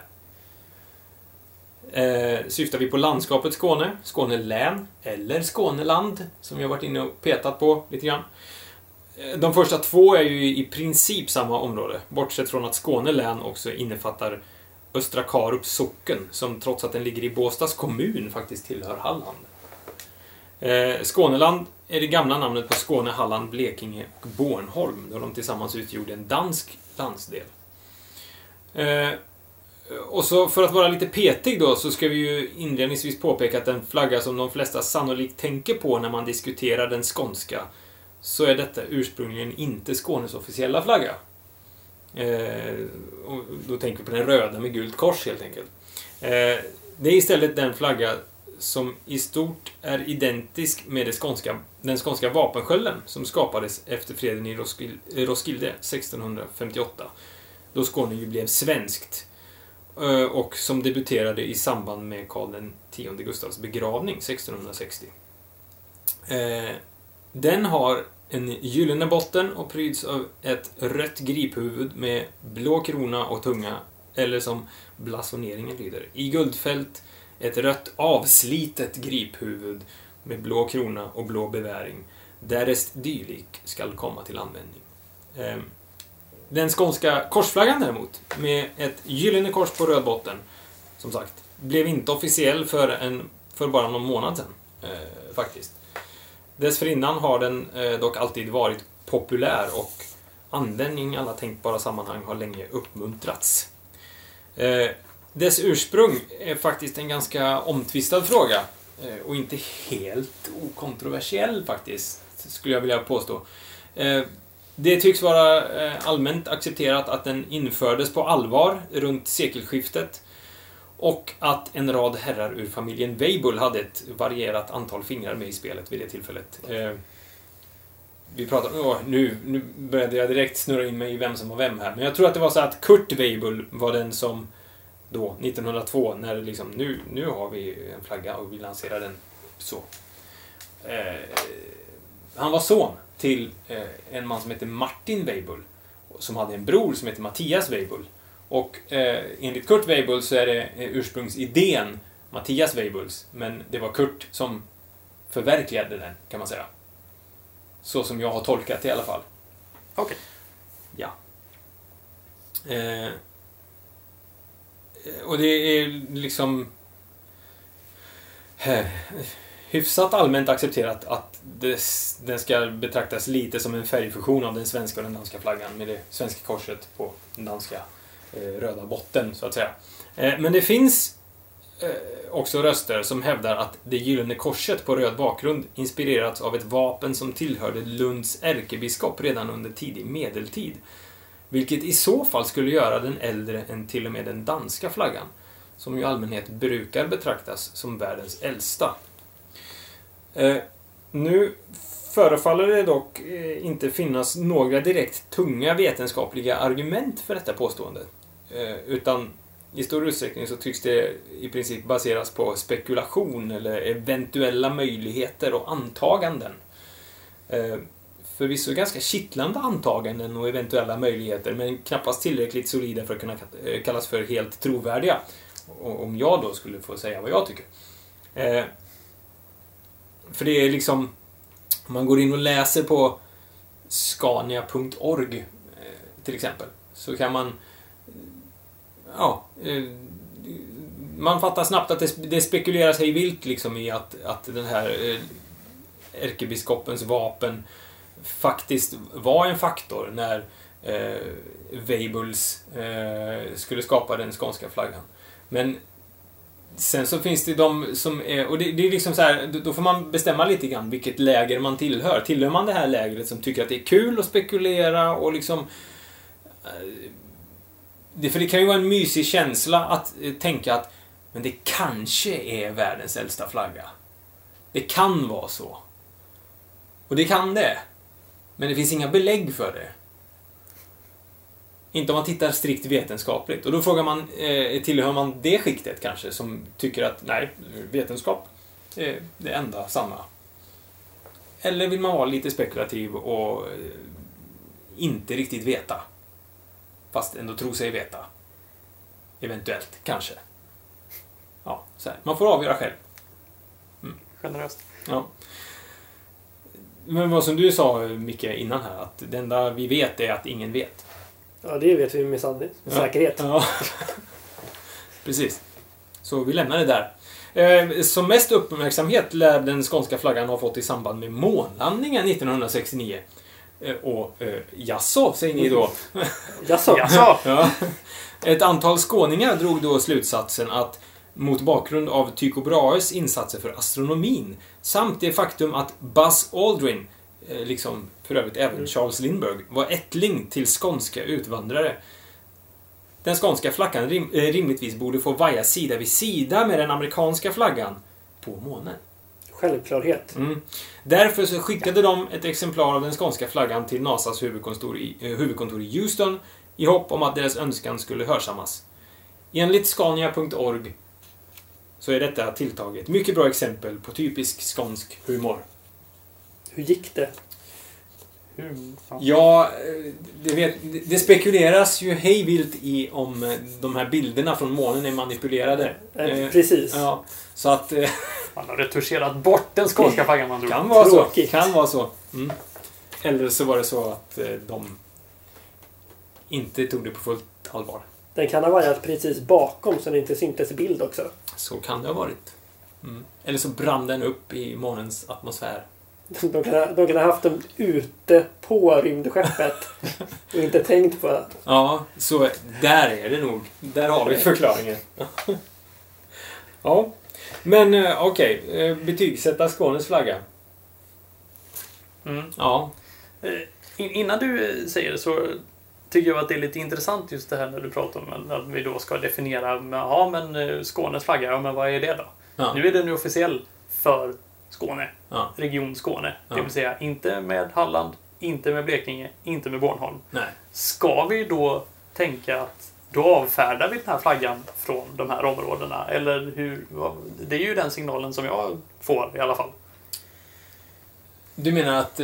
Syftar vi på landskapet Skåne, Skånelän eller Skåneland som vi har varit inne och petat på lite grann. De första 2 är ju i princip samma område, bortsett från att Skånelän också innefattar Östra Karups socken, som trots att den ligger i Båstads kommun faktiskt tillhör Halland. Skåneland är det gamla namnet på Skåne, Halland, Blekinge och Bornholm, då de tillsammans utgjorde en dansk landsdel. Och så för att vara lite petig då, så ska vi ju inledningsvis påpeka att den flagga som de flesta sannolikt tänker på när man diskuterar den skånska, så är detta ursprungligen inte Skånes officiella flagga. Och då tänker vi på den röda med gult kors helt enkelt. Det är istället den flagga som i stort är identisk med den skånska vapenskölden som skapades efter freden i Roskilde 1658. Då Skåne ju blev svenskt och som debuterade i samband med Karl X Gustavs begravning 1660. Den har en gyllene botten och pryds av ett rött griphuvud med blå krona och tunga, eller som blasoneringen lyder, i guldfält ett rött avslitet griphuvud med blå krona och blå beväring, därest dylik skall komma till användning. Den skånska korsflaggan däremot, med ett gyllene kors på röd botten, som sagt, blev inte officiell för bara någon månad sedan, faktiskt. Dessförinnan har den dock alltid varit populär och användning i alla tänkbara sammanhang har länge uppmuntrats. Dess ursprung är faktiskt en ganska omtvistad fråga och inte helt okontroversiell faktiskt, skulle jag vilja påstå. Det tycks vara allmänt accepterat att den infördes på allvar runt sekelskiftet och att en rad herrar ur familjen Weibull hade ett varierat antal fingrar med i spelet vid det tillfället. Vi pratar nu började jag direkt snurra in mig i vem som var vem här, men jag tror att det var så att Kurt Weibull var den som då 1902, när liksom nu har vi en flagga och vi lanserar den så. han var son till en man som heter Martin Weibull, som hade en bror som heter Mattias Weibull. Och enligt Kurt Weibull så är det ursprungsidén Mattias Weibulls, men det var Kurt som förverkligade den, kan man säga. Så som jag har tolkat det i alla fall. Okej. Ja. Och det är liksom hyfsat allmänt accepterat att den ska betraktas lite som en färgfusion av den svenska och den danska flaggan, med det svenska korset på den danska röda botten, så att säga. Men det finns också röster som hävdar att det gyllene korset på röd bakgrund inspirerats av ett vapen som tillhörde Lunds ärkebiskop redan under tidig medeltid. Vilket i så fall skulle göra den äldre än till och med den danska flaggan, som ju i allmänhet brukar betraktas som världens äldsta. Nu förefaller det dock inte finnas några direkt tunga vetenskapliga argument för detta påstående. Utan i stor utsträckning så tycks det i princip baseras på spekulation eller eventuella möjligheter och antaganden. Förvisso ganska kittlande antaganden och eventuella möjligheter, men knappast tillräckligt solida för att kunna kallas för helt trovärdiga. Om jag då skulle få säga vad jag tycker. För det är liksom, om man går in och läser på scania.org till exempel, så kan man man fattar snabbt att det spekuleras hej vilt liksom i att den här ärkebiskopens vapen faktiskt var en faktor när Weibulls skulle skapa den skånska flaggan. Men sen så finns det de som är, och det är liksom så här, då får man bestämma lite grann vilket läger man tillhör. Tillhör man det här lägret som tycker att det är kul att spekulera och liksom för det kan ju vara en mysig känsla att tänka att men det kanske är världens äldsta flagga. Det kan vara så. Och det kan det. Men det finns inga belägg för det. Inte om man tittar strikt vetenskapligt. Och då frågar man, tillhör man det skiktet kanske som tycker att nej, vetenskap är det enda sanna. Eller vill man vara lite spekulativ och inte riktigt veta. Fast ändå tro sig veta. Eventuellt, kanske. Ja, så här. Man får avgöra själv. Generöst. Ja. Men vad som du sa, Micke, innan här, att det enda vi vet är att ingen vet. Ja, det vet vi med säkerhet. Ja. Precis. Så vi lämnar det där. Som mest uppmärksamhet lär den skånska flaggan ha fått i samband med månlandningen 1969. Jaså, säger ni då. Jaså? Ja. Ett antal skåningar drog då slutsatsen att mot bakgrund av Tycho Brahes insatser för astronomin samt det faktum att Buzz Aldrin, liksom för övrigt även Charles Lindbergh, var ättling till skånska utvandrare. Den skånska flaggan rimligtvis borde få vaja sida vid sida med den amerikanska flaggan på månen. Självklarhet. Därför så skickade de ett exemplar av den skånska flaggan till NASAs huvudkontor i Houston i hopp om att deras önskan skulle hörsammas. Enligt scania.org så är detta tilltaget ett mycket bra exempel på typisk skånsk humor. Hur gick det? Ja, det spekuleras ju hejvilt i om de här bilderna från månen är manipulerade. Precis. Ja, så att man har retuscherat bort den skånska flaggan, man tror. Kan vara Tråkigt. så. Kan vara så. Eller så var det så att de inte tog det på fullt allvar. Den kan ha varit precis bakom så den inte syntes i bild också. Så kan det ha varit. Eller så brann den upp i månens atmosfär. De kan ha haft dem ute på rymdskeppet och inte tänkt på det. Ja, så där är det nog. Där har vi förklaringen. Ja, men okej. Betygsätta Skånes flagga. Ja. Innan du säger det så tycker jag att det är lite intressant just det här när du pratar om att vi då ska definiera men Skånes flagga, men vad är det då? Ja. Nu är den ju officiell för Skåne, Region Skåne. Ja. Det vill säga inte med Halland, inte med Blekinge, inte med Bornholm. Nej. Ska vi då tänka att då avfärdar vi den här flaggan från de här områdena? Eller hur? Det är ju den signalen som jag får i alla fall. Du menar att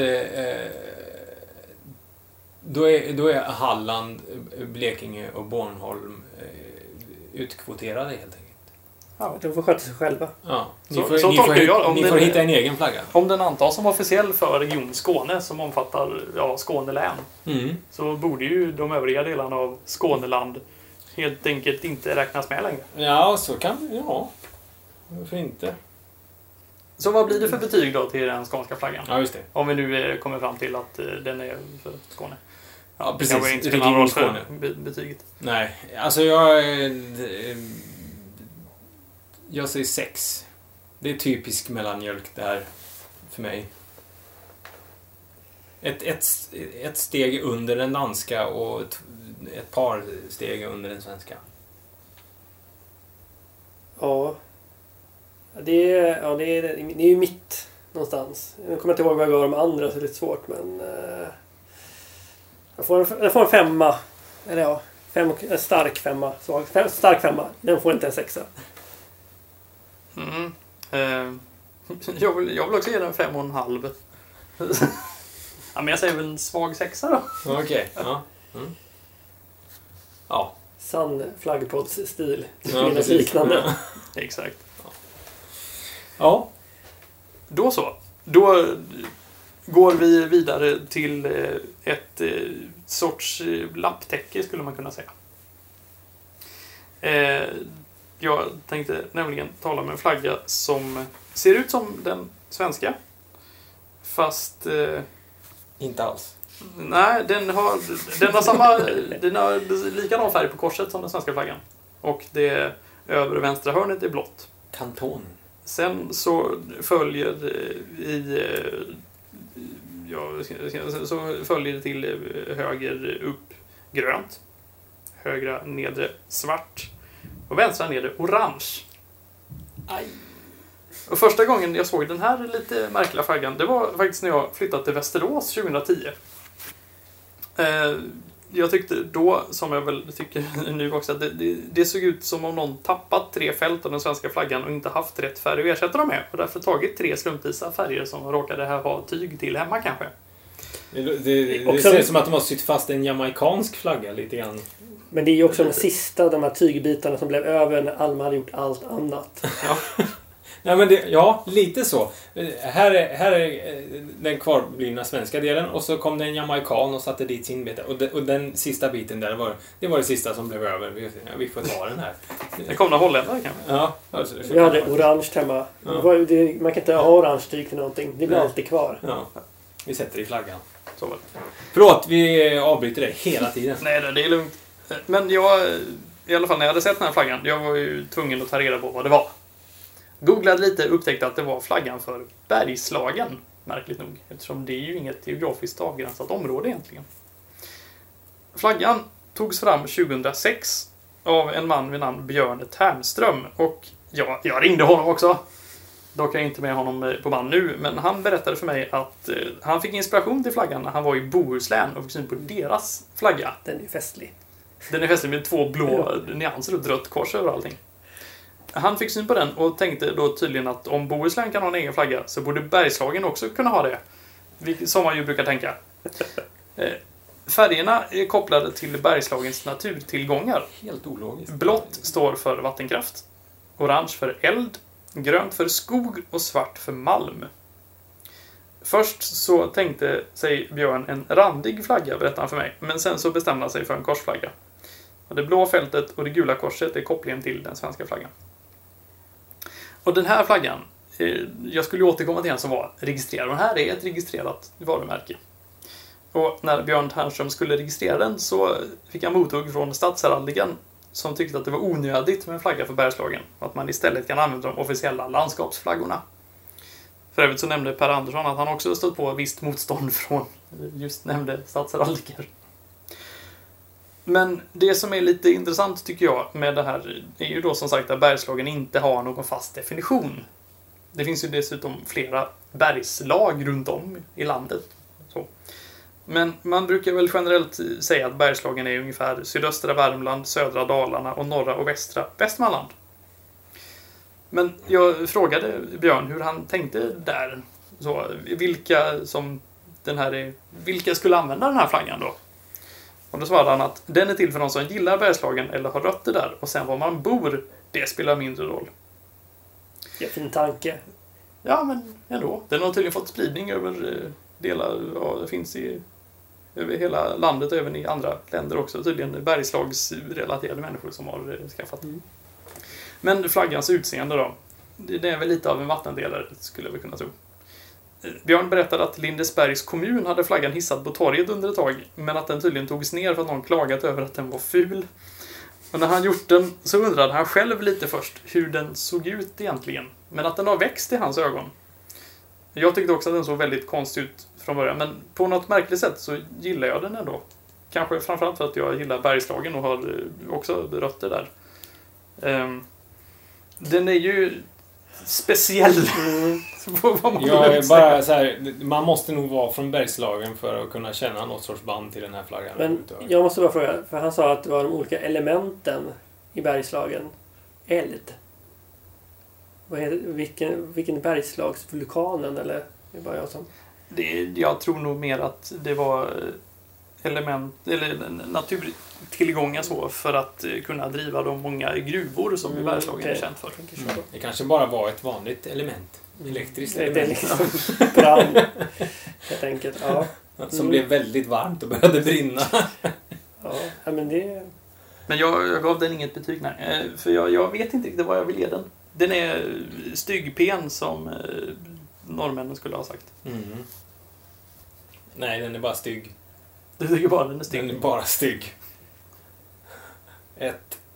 då är Halland, Blekinge och Bornholm utkvoterade helt enkelt? Ja, de får sköta sig själva. Ja. Ni Så får hitta en egen flagga. Om den antas som officiell för region Skåne som omfattar Skånelän så borde ju de övriga delarna av Skåneland helt enkelt inte räknas med längre. Ja, så kan det. Ja. Varför inte? Så vad blir det för betyg då till den skånska flaggan? Ja, just det. Om vi nu kommer fram till att den är för Skåne. Ja, precis. Det kan inte spela någon roll för betyget. Nej, alltså jag säger 6. Det är typisk mellanmjölk där för mig. Ett steg under den danska och ett par steg under den svenska. Ja. Det är ju mitt någonstans. Jag kommer inte ihåg vad jag gav de andra så det är lite svårt, men jag får en 5. Eller ja, en stark 5. Stark 5. Den får inte en 6. Jag vill också ge den 5,5. Ja, men jag säger väl en svag 6 då. Okej, ja. Ja. Sann flaggpoddsstil. Ja, liknande. Ja. Exakt. Ja. Då så. Då går vi vidare till ett sorts lapptäcke skulle man kunna säga. Jag tänkte nämligen tala om en flagga som ser ut som den svenska. Fast... Inte alls. Nej, den har likadan färg på korset som den svenska flaggan. Och det övre vänstra hörnet är blått. Kanton. Sen så följer det till höger upp grönt, högra nedre svart och vänstra nedre orange. Aj. Och första gången jag såg den här lite märkliga flaggan, det var faktiskt när jag flyttade till Västerås 2010. Jag tyckte då, som jag väl tycker nu också, att det såg ut som om någon tappat 3 fält av den svenska flaggan och inte haft rätt färg att ersätta dem med. Och därför tagit 3 slumpvisa färger som råkade ha tyg till hemma kanske. Det ser ut som att de har sytt fast en jamaikansk flagga lite grann. Men det är ju också de sista, de här tygbitarna som blev över när Alma hade gjort allt annat. Ja. Nej, men lite så. Här är den kvarblivna svenska delen och så kom det en jamaikan och satte dit sin bit. Och den sista biten där var det sista som blev över. Vi får ta den här. Det kom några holländare kanske. Ja, alltså vi hade orange hemma. Ja. Man kan inte ha orange tyg till någonting. Det blir alltid kvar. Ja. Vi sätter det i flaggan. Så var det. Förlåt, vi avbryter det hela tiden. Nej, det är lugnt. Men jag, i alla fall när jag hade sett den här flaggan, jag var ju tvungen att ta reda på vad det var. Googlade lite och upptäckte att det var flaggan för Bergslagen, märkligt nog, eftersom det är ju inget geografiskt avgränsat område egentligen. Flaggan togs fram 2006 av en man vid namn Björn Tärnström och jag ringde honom också. Dock är jag inte med honom på band nu, men han berättade för mig att han fick inspiration till flaggan när han var i Bohuslän och fick syn på deras flagga. Den är festlig. Den är festlig med 2 blå nyanser och ett rött kors över allting. Han fick syn på den och tänkte då tydligen att om Bohuslän kan ha en egen flagga så borde Bergslagen också kunna ha det. Som man ju brukar tänka. Färgerna är kopplade till Bergslagens naturtillgångar. Helt ologiskt. Blått står för vattenkraft, orange för eld, grönt för skog och svart för malm. Först så tänkte sig Björn en randig flagga, berättade han för mig. Men sen så bestämde han sig för en korsflagga. Och det blå fältet och det gula korset är kopplingen till den svenska flaggan. Och den här flaggan, jag skulle återkomma till den som var registrerad. Och den här är ett registrerat varumärke. Och när Björn Tärnström skulle registrera den så fick han mothugg från stadsheraldiken som tyckte att det var onödigt med en flagga för Bergslagen. Och att man istället kan använda de officiella landskapsflaggorna. För övrigt så nämnde Per Andersson att han också stött på visst motstånd från just nämnde stadsheraldiker. Men det som är lite intressant tycker jag med det här är ju då som sagt att Bergslagen inte har någon fast definition. Det finns ju dessutom flera bergslag runt om i landet. Så. Men man brukar väl generellt säga att Bergslagen är ungefär sydöstra Värmland, södra Dalarna och norra och västra Västmanland. Men jag frågade Björn hur han tänkte där. Så, vilka skulle använda den här flaggan då? Och då svarade han att den är till för de som gillar Bergslagen eller har rötter där. Och sen var man bor, det spelar mindre roll. Fin tanke. Ja, men ändå. Den har tydligen fått spridning över delar, det finns över hela landet och även i andra länder också. Tydligen bergslagsrelaterade människor som har skaffat den. Men flaggans utseende då. Det är väl lite av en vattendelare, skulle vi kunna tro. Björn berättade att Lindesbergs kommun hade flaggan hissad på torget under ett tag, men att den tydligen togs ner för att någon klagat över att den var ful. Och när han gjort den så undrade han själv lite först hur den såg ut egentligen. Men att den har växt i hans ögon. Jag tyckte också att den såg väldigt konstig ut från början, men på något märkligt sätt så gillar jag den ändå. Kanske framförallt för att jag gillar Bergslagen och har också rötter där. Den är ju speciell. Bara så här, man måste nog vara från Bergslagen för att kunna känna något sorts band till den här flaggan. Men jag måste bara fråga, för han sa att det var de olika elementen i Bergslagen. Eld. Vilken Bergslagsvulkanen, eller är det bara jag som... Jag tror nog mer att det var element eller naturtillgångar så för att kunna driva de många gruvor som i Bergslagen är känt för. Det kanske bara var ett vanligt element. Elektriskt element. Det är liksom brand, helt enkelt. Ja. Som blev väldigt varmt och började brinna. Ja, men det... Men jag gav den inget betyg, nej. För jag vet inte riktigt vad jag vill ge den. Den är styggpen som norrmännen skulle ha sagt. Nej, den är bara stygg. Du tycker bara den är stygg? Den är bara stygg. 1.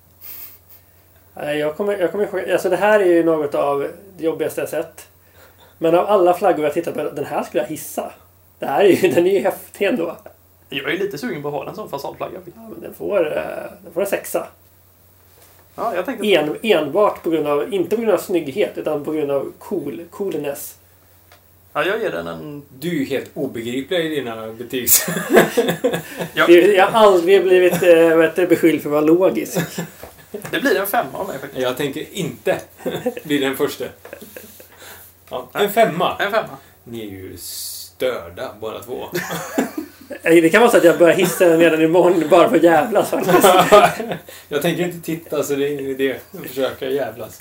Jag kommer alltså det här är ju något av det jobbigaste jag sett. Men av alla flaggor jag tittat på, den här skulle jag hissa. Den är ju häftig ändå. Jag är lite sugen på att ha den som fasadflagga. Ja, men den får en 6. Ja, jag tänkte enbart på grund av, inte på grund av snygghet, utan på grund av coolness. Ja, jag ger den en... Du är ju helt obegriplig i dina betygs. Jag har aldrig blivit beskylld för att vara logisk. Det blir en 5 av mig faktiskt. Jag tänker inte bli den första. Ja, en 5. En 5. Ni är ju störda båda två. Det kan vara så att jag börjar hissa den redan imorgon bara för att jävlas faktiskt. Jag tänker inte titta, så det är ingen idé att försöka jävlas.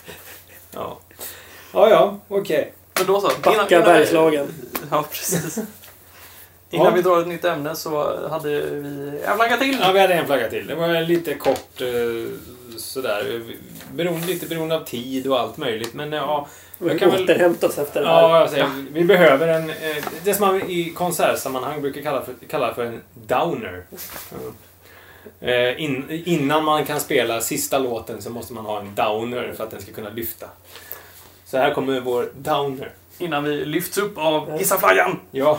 Ja, okej. Men då så. Backa Bergslagen. Ja, precis. Innan vi drar ett nytt ämne så hade vi en flagga till. Ja, vi hade en flagga till. Det var lite kort sådär. Lite beroende av tid och allt möjligt. Men ja... Vi kan återhämta oss efter det här. Ja, alltså, vi behöver en... Det som man i konsertsammanhang brukar kalla för en downer. Innan man kan spela sista låten så måste man ha en downer för att den ska kunna lyfta. Så här kommer vår downer. Innan vi lyfts upp av Gissa-flaggan. Ja.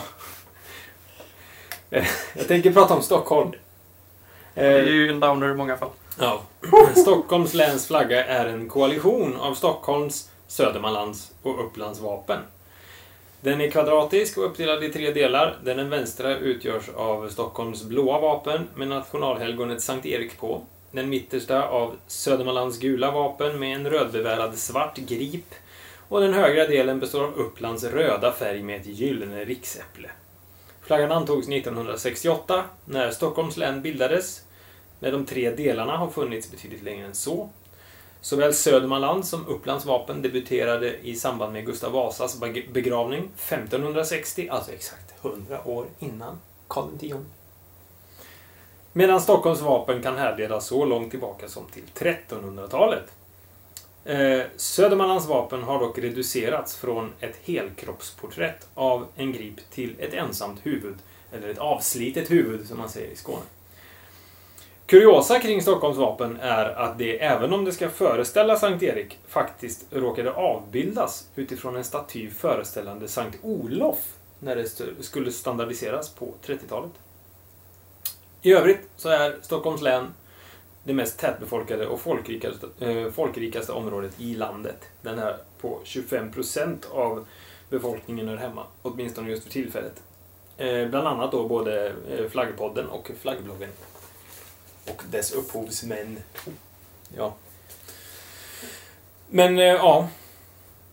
Jag tänker prata om Stockholm. Det är ju en downer i många fall. Ja. Stockholms läns flagga är en koalition av Stockholms, Södermanlands och Upplands vapen. Den är kvadratisk och uppdelad i 3 delar. Den vänstra utgörs av Stockholms blåa vapen med nationalhelgonet Sankt Erik på. Den mittersta av Södermanlands gula vapen med en rödbevärad svart grip. Och den högra delen består av Upplands röda färg med ett gyllene riksäpple. Flaggan antogs 1968 när Stockholms län bildades. När de 3 delarna har funnits betydligt längre än så. Såväl Södermanland som Upplands vapen debuterade i samband med Gustav Vasas begravning 1560, alltså exakt 100 år innan Karl X. Medan Stockholms vapen kan härledas så långt tillbaka som till 1300-talet. Södermanlands vapen har dock reducerats från ett helkroppsporträtt av en grip till ett ensamt huvud, eller ett avslitet huvud som man säger i Skåne. Kuriosa kring Stockholms vapen är att det, även om det ska föreställa Sankt Erik, faktiskt råkade avbildas utifrån en staty föreställande Sankt Olof när det skulle standardiseras på 30-talet. I övrigt så är Stockholms län det mest tätbefolkade och folkrikaste området i landet. Den är på 25% av befolkningen är hemma, åtminstone just för tillfället. Bland annat då både Flaggpodden och Flaggbloggen. Och dess upphovsmän. Ja. Men ja.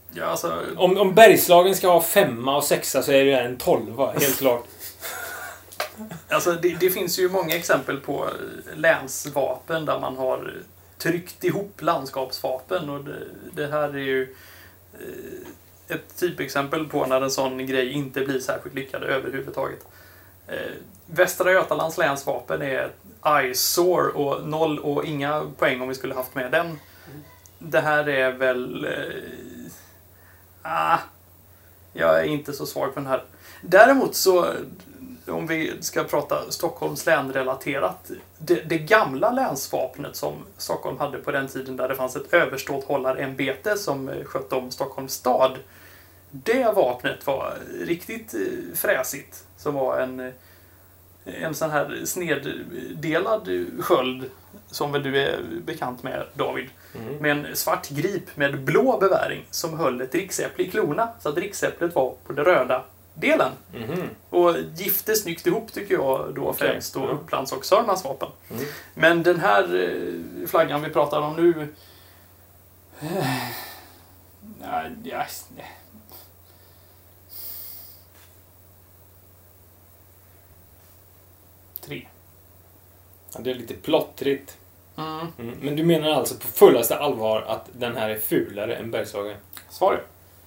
Ja, alltså... Om Bergslagen ska ha 5 och 6 så är det en 12, helt klart. Alltså det finns ju många exempel på länsvapen där man har tryckt ihop landskapsvapen och det här är ju ett typexempel på när en sån grej inte blir särskilt lyckad överhuvudtaget. Västra Götalands länsvapen är eyesore och 0 och inga poäng om vi skulle haft med den. Det här är väl... jag är inte så svag på den här. Däremot så, om vi ska prata Stockholms län-relaterat, det gamla länsvapnet som Stockholm hade på den tiden där det fanns ett överståthållarämbete som skötte om Stockholms stad. Det vapnet var riktigt fräsigt, som var en sån här sneddelad sköld som väl du är bekant med, David. Med en svart grip med blå beväring som höll ett riksäpple i klorna, så att riksäpplet var på den röda delen. Och gifte snyggt ihop tycker jag då främst då Upplands och Sörmlands vapen. Men den här flaggan vi pratar om nu... Tre. Ja, det är lite plottrigt. Men du menar alltså på fullaste allvar att den här är fulare än Bergslagen? Svar.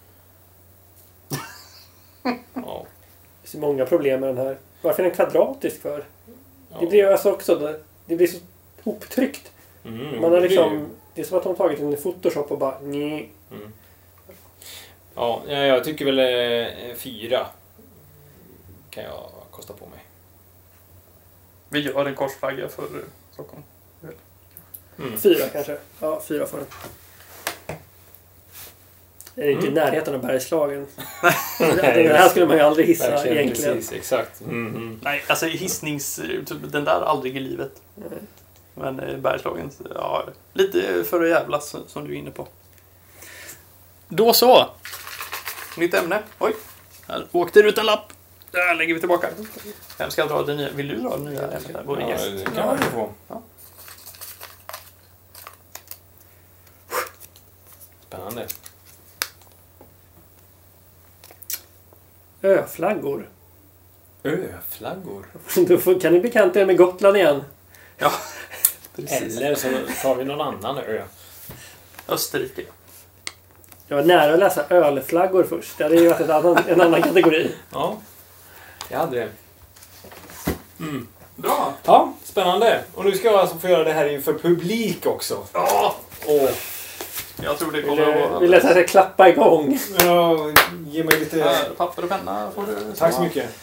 Ja. Det finns många problem med den här. Varför är den kvadratisk för? Det blir alltså också... Det blir så hoptryckt. Man har liksom... Det är som att de tagit en Photoshop och bara... Ja, jag tycker väl 4 kan jag kosta på mig. Vi gör en korsflagga för Stockholm. 4 kanske. Ja, 4 får den. Det är inte i närheten av Bergslagen. Det här skulle man ju aldrig hissa egentligen. Precis, exakt. Nej, alltså den där aldrig i livet. Men Bergslagen, ja, lite för att jävlas som du är inne på. Då så. Nytt ämne. Oj, här åkte det ut en lapp. Där lägger vi tillbaka. Vem ska dra det nya? Vill du dra det nya ämnet? Ja, det kan man ju få. Ja. Spännande. Öflaggor. Öflaggor? Då kan ni bekanta er med Gotland igen. Ja, precis. Eller så tar vi någon annan ö. Österrike. Jag var nära att läsa ölflaggor först. Det hade ju varit en annan kategori. Ja, jag hade det. Bra. Ja, spännande. Och nu ska jag alltså få göra det här inför publik också. Ja. Och Jag tror det kommer att vara... Vi lät att klappa igång. ja, ge mig lite... papper och penna får du... Tack så mycket.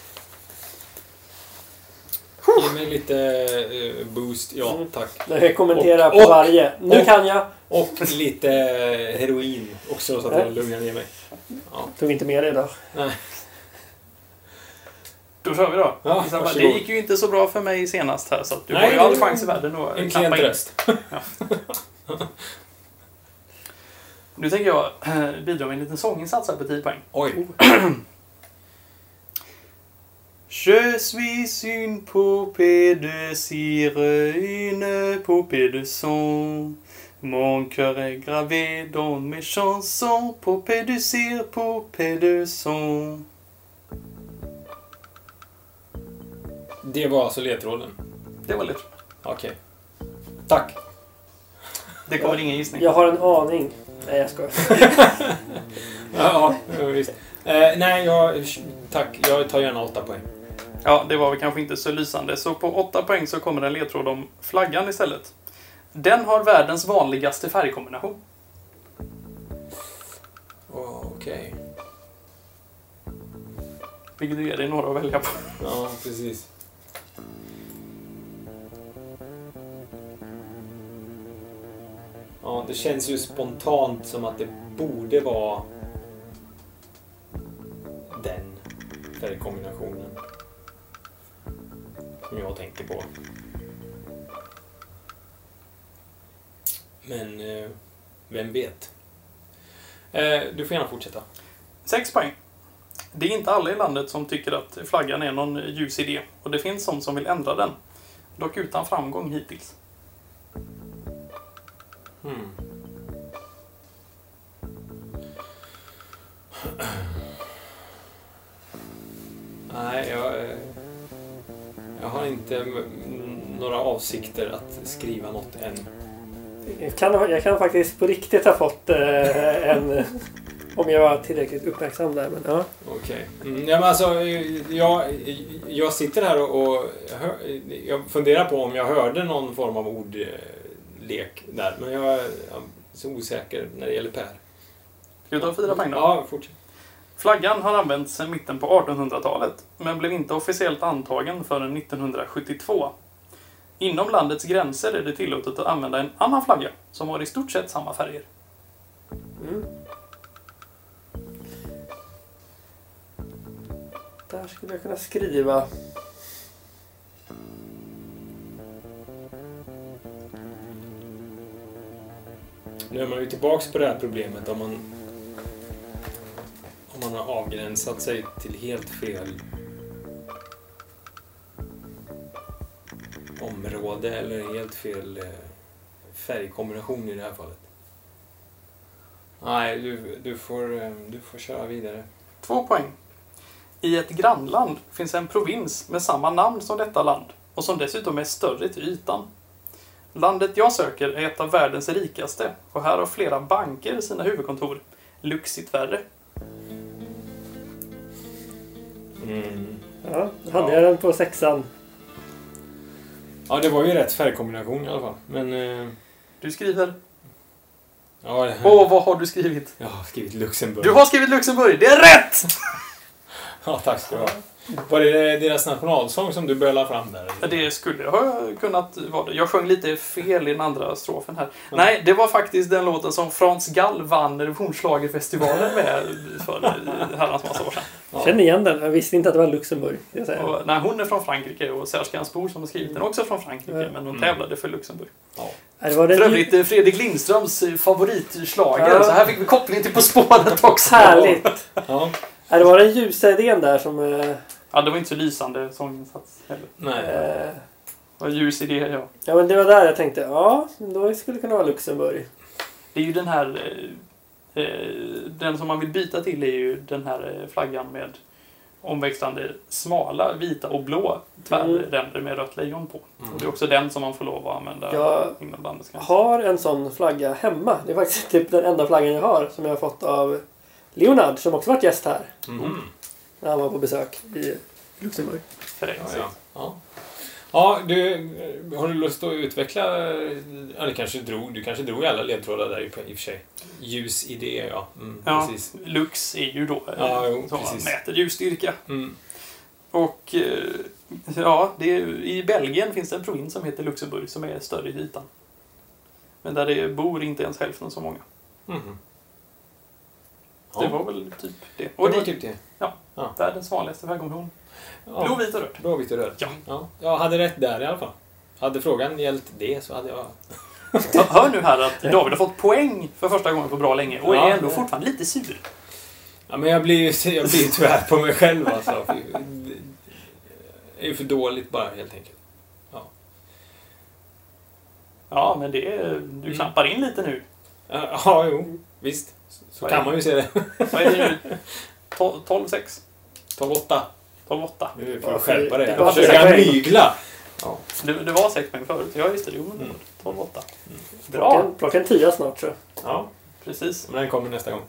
Ge mig lite boost. Ja, tack. Jag kommenterar på varje. Nu kan jag. Och lite heroin också så att jag lugnar ner mig. Ja. Tog inte med det idag. Nej. Då kör vi då. Ja, det gick ju inte så bra för mig senast här så att du har ju all chans i världen att en klappa in. klientröst. Ja. Nu tänker jag bidra med en liten sånginsats här på 10 poäng. Oj. Je suis une poupée de cire, une poupée de son. Mon cœur est gravé dans mes chansons, poupée de cire, poupée de son. Det var alltså ledtråden. Det var lite. Okej. Tack. Det kommer ingen gissning. Jag har en aning. Nej, jag skojar. Ja, visst. Nej, tack. Jag tar gärna 8 poäng. Ja, det var väl kanske inte så lysande. Så på 8 poäng så kommer en ledtråd om flaggan istället. Den har världens vanligaste färgkombination. Okej. Vilket ger dig några att välja på. Ja, precis. Ja, det känns ju spontant som att det borde vara den färgkombinationen som jag tänkte på. Men vem vet? Du får gärna fortsätta. 6 poäng. Det är inte alla i landet som tycker att flaggan är någon ljus idé. Och det finns de som vill ändra den. Dock utan framgång hittills. Nej, jag har inte några avsikter att skriva något än. Jag kan faktiskt på riktigt ha fått en... Om jag var tillräckligt uppmärksam där, men ja. Okej. Ja, men alltså, jag sitter här och jag funderar på om jag hörde någon form av ordlek där. Men jag är så osäker när det gäller Per. Ska vi ta 4 poäng då? Ja, fortsätt. Flaggan har använts sedan mitten på 1800-talet, men blev inte officiellt antagen förrän 1972. Inom landets gränser är det tillåtet att använda en annan flagga som har i stort sett samma färger. Mm. Där skulle jag kunna skriva. Nu är man ju tillbaks på det här problemet om man har avgränsat sig till helt fel område eller helt fel färgkombination i det här fallet. Nej, du får köra vidare. 2 poäng. I ett grannland finns en provins med samma namn som detta land och som dessutom är större till ytan. Landet jag söker är ett av världens rikaste och här har flera banker sina huvudkontor. Luxigt värre. Ja, då hade jag den på 6:an. Ja, det var ju rätt färgkombination i alla fall. Men... Du skriver... Ja, vad har du skrivit? Jag har skrivit Luxemburg. Du har skrivit Luxemburg, det är rätt! Ja, tack ska du ha. Var det deras nationalsång som du bölade fram där? Ja, det skulle jag ha kunnat vara det. Jag sjöng lite fel i den andra strofen här. Nej, det var faktiskt den låten som Frans Gall vann Revisionsschlagerfestivalen med för herrans massa år sedan. Jag känner igen den. Jag visste inte att det var Luxemburg. Och, nej, hon är från Frankrike och Serge Gainsbourg som har skrivit den också från Frankrike, men hon tävlade för Luxemburg. Ja. För övrigt Fredrik Lindströms favoritschlager, så här fick vi koppling till På spåret också. Härligt! Ja. Det var den ljusa idén där som... Ja, det var inte så lysande sånginsats heller. Nej. Det var ljus idé, ja. Ja, men det var där jag tänkte, ja, då skulle det kunna vara Luxemburg. Det är ju den här... den som man vill byta till är ju den här flaggan med omväxlande smala, vita och blå tvärränder med rött lejon på. Och det är också den som man får lov att använda inom landets gränser. Jag har en sån flagga hemma. Det är faktiskt typ den enda flaggan jag har som jag har fått av Leonard som också varit gäst här. När han var på besök i Luxemburg. Ja, du har du lust att utveckla... Ja, du kanske drog alla ledtrådar där i och för sig. Ljusidé, ja. Precis. Lux är ju då som mäter ljusstyrka. Och i Belgien finns det en provins som heter Luxemburg som är större i ytan. Men där det bor inte ens hälften så många. Det var väl typ det. Och det var typ det. Ja, världens vanligaste färgkombination. Blå, vit och röd. Blå, vit och röd. Ja. Jag hade rätt där i alla fall. Hade frågan gällt det så hade jag... Hör nu här att David har fått poäng för första gången på bra länge och är ändå fortfarande lite sur. Ja, men jag blir tyvärr på mig själv alltså. Det är ju för dåligt bara helt enkelt. Ja, men du knappar in lite nu. Ja, jo. Visst. Så kan man ju se det. Vad är det nu? 12-6? 12-8. 12-8. Nu får jag skärpa det. Jag försöker mygla. Ja. Det var 6 poäng förut. Jag visste det. Jo, men 12-8. Bra. Klockan 10 snart, tror jag. Ja, precis. Men den kommer nästa gång.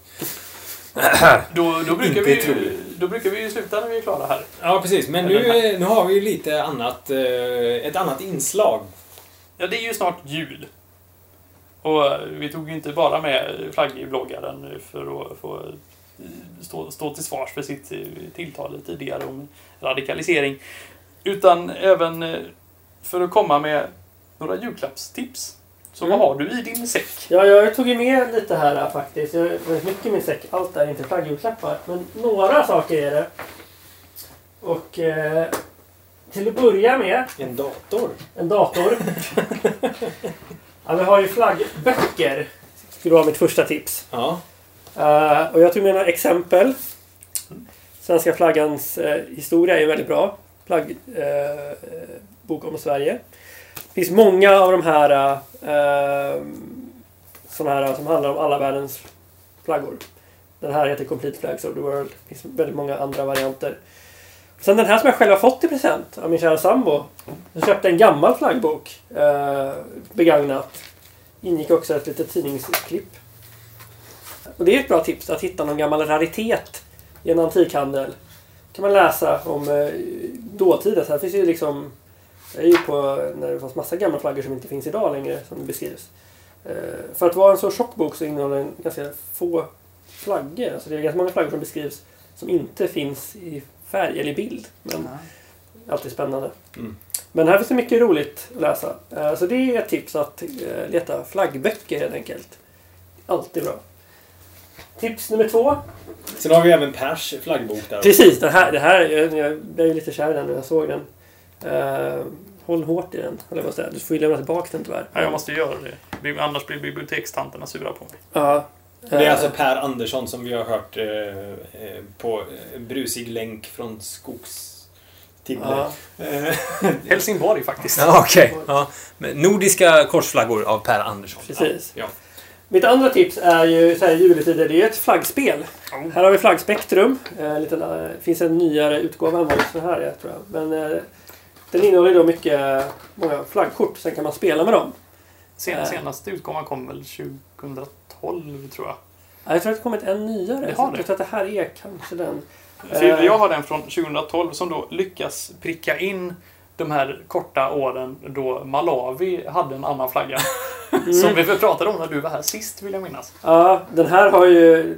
Då brukar vi ju sluta när vi är klara här. Ja, precis. Men nu har vi ju lite annat, ett annat inslag. Ja, det är ju snart jul. Och vi tog ju inte bara med flaggbloggaren för att få stå till svars för sitt tilltal tidigare om radikalisering. Utan även för att komma med några julklappstips. Så vad har du i din säck? Ja, jag tog ju med lite här faktiskt. Jag har väldigt mycket i min säck. Allt är inte flaggjulklappar. Men några saker är det. Och till att börja med... En dator. En dator. Ja, vi har ju flaggböcker. Det skulle vara mitt första tips. Ja. Och jag tog med några exempel. Svenska flaggans historia är väldigt bra. Flaggbok om Sverige. Det finns många av de här sådana här som handlar om alla världens flaggor. Den här heter Complete Flags of the World. Det finns väldigt många andra varianter. Sen den här som jag själv har fått i present av min kära sambo. Jag köpte en gammal flaggbok. Begagnat. Ingick också ett litet tidningsklipp. Och det är ett bra tips att hitta någon gammal raritet i en antikhandel. Kan man läsa om dåtiden. Här finns ju liksom... Jag är ju på när det fanns massa gamla flaggor som inte finns idag längre som beskrivs. För att vara en så tjock bok så innehåller den ganska få flaggor. Alltså det är ganska många flaggor som beskrivs som inte finns i färg eller i bild. Men alltid spännande. Mm. Men här finns det mycket roligt att läsa. Så det är ett tips att leta flaggböcker helt enkelt. Alltid bra. Tips nummer 2. Sen har vi även Pers flaggbok där. Precis, det här jag blev lite kär i den när jag såg den. Håll hårt i den, eller vad säger. Du får ju lämna tillbaka den tyvärr. Ja, jag måste göra det. Annars blir bibliotekstanterna sura på mig. Ja. Det är alltså Per Andersson som vi har hört på brusig länk från Skogstibble. Helsingborg faktiskt. Ja, okej. Ja. Nordiska korsflaggor av Per Andersson. Precis. Ja. Mitt andra tips är ju så här juletider, det är ett flaggspel. Här har vi Flaggspektrum. Finns en nyare utgåva än vad det här är, tror jag. Men den innehåller då många flaggkort, sen kan man spela med dem. Senaste utgåvan kom väl 2012, tror jag. Ja, jag tror att det kommit en nyare. Jag tror att det här är kanske den. Jag har den från 2012 som då lyckas pricka in de här korta åren då Malawi hade en annan flagga. Som vi pratade om när du var här sist, vill jag minnas. Ja, den här har ju...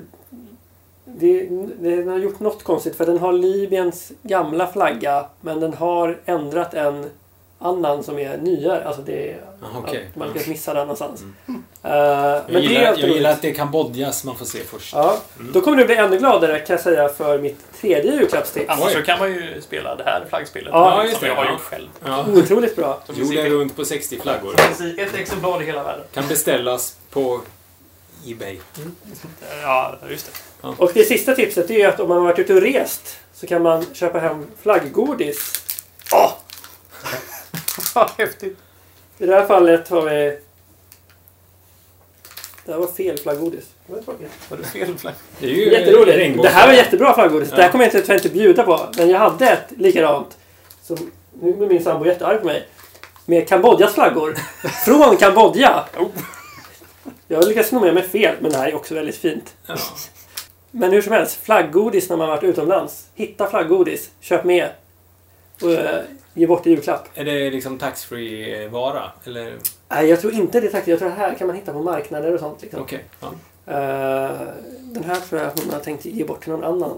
Den har gjort något konstigt, för den har Libyens gamla flagga, men den har ändrat en annan som är nyare. Alltså det är... Man kan missa den någonstans. Jag gillar att det är Kambodjas man får se först. Ja, då kommer du bli ännu gladare, kan jag säga, för mitt tredje julklappstips. Annars så kan man ju spela det här flaggspelet som jag har gjort själv. Ja. Otroligt bra. Jorden runt på 60 flaggor. Ett exemplar i hela världen. Kan beställas på eBay. Ja, just det. Ja. Och det sista tipset är att om man har varit ute och rest så kan man köpa hem flagggodis. Vad häftigt. I det här fallet har vi... Det här var fel flagggodis. Det var tråkigt. Var det fel flagg? Det är ju jätteroligt. Det här var jättebra flagggodis. Ja. Det här kommer jag inte bjuda på. Men jag hade ett likadant. Som, nu är min sambo jättearg på mig. Med Kambodjas flaggor. Från Kambodja. Jag har lyckats nå med mig fel. Men det här är också väldigt fint. Ja. Men hur som helst. Flagggodis när man varit utomlands. Hitta flagggodis. Köp med. Och ge bort i julklapp. Är det liksom tax-free vara? Eller? Nej, jag tror inte det är tax-free. Jag tror det här kan man hitta på marknader och sånt. Liksom. Okej. Ja. Den här tror jag att hon har tänkt ge bort till någon annan.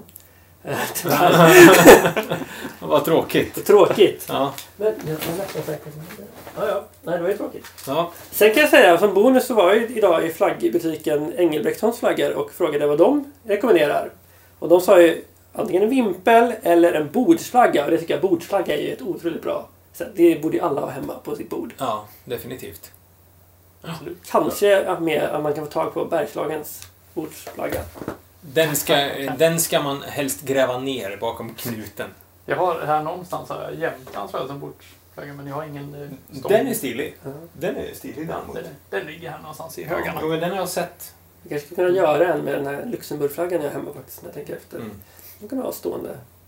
Vad tråkigt. Tråkigt. Ja. Men nej, det var ju tråkigt. Ja. Sen kan jag säga, som bonus så var jag idag i flaggbutiken Engelbrektssons flaggor och frågade vad de rekommenderar. Och de sa ju antingen en vimpel eller en bordsflagga. Och det tycker jag, bordsflagga är ju ett otroligt bra. Så det borde ju alla ha hemma på sitt bord. Ja, definitivt. Absolut. Kanske med att man kan få tag på Bergslagens bordsflagga. Den ska man helst gräva ner bakom knuten. Jag har här någonstans Jämtlands som bordsflagga, men jag har ingen stånd. Den är stilig. Den är stilig däremot. Den ligger här någonstans i högarna. Ja, men den har jag sett. Jag kanske skulle kunna göra en med den här Luxemburgflaggan jag har hemma faktiskt, när jag tänker efter. Den kan ha stående.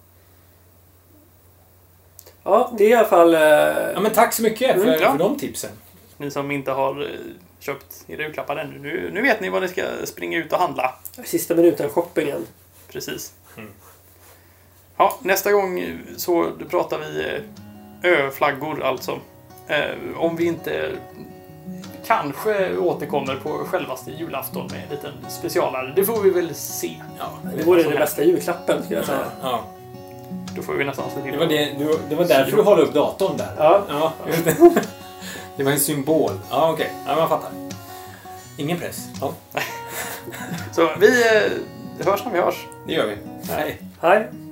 Ja, det är i alla fall... Ja, men tack så mycket för de tipsen. Ni som inte har köpt era julklappar ännu. Nu vet ni vad ni ska springa ut och handla. Sista minuten shoppingen. Precis. Ja, nästa gång så pratar vi öflaggor alltså. Om vi inte kanske återkommer på självaste julafton med en liten specialare. Det får vi väl se. Ja, det vore den bästa julklappen, skulle jag säga. Ja. Då får vi nästan se till. Det var därför du håller upp datorn där. Ja. Det var en symbol. Ja, okej. Ja, man fattar. Ingen press. Ja. Så vi hörs när vi hörs. Det gör vi. Hej. Hej.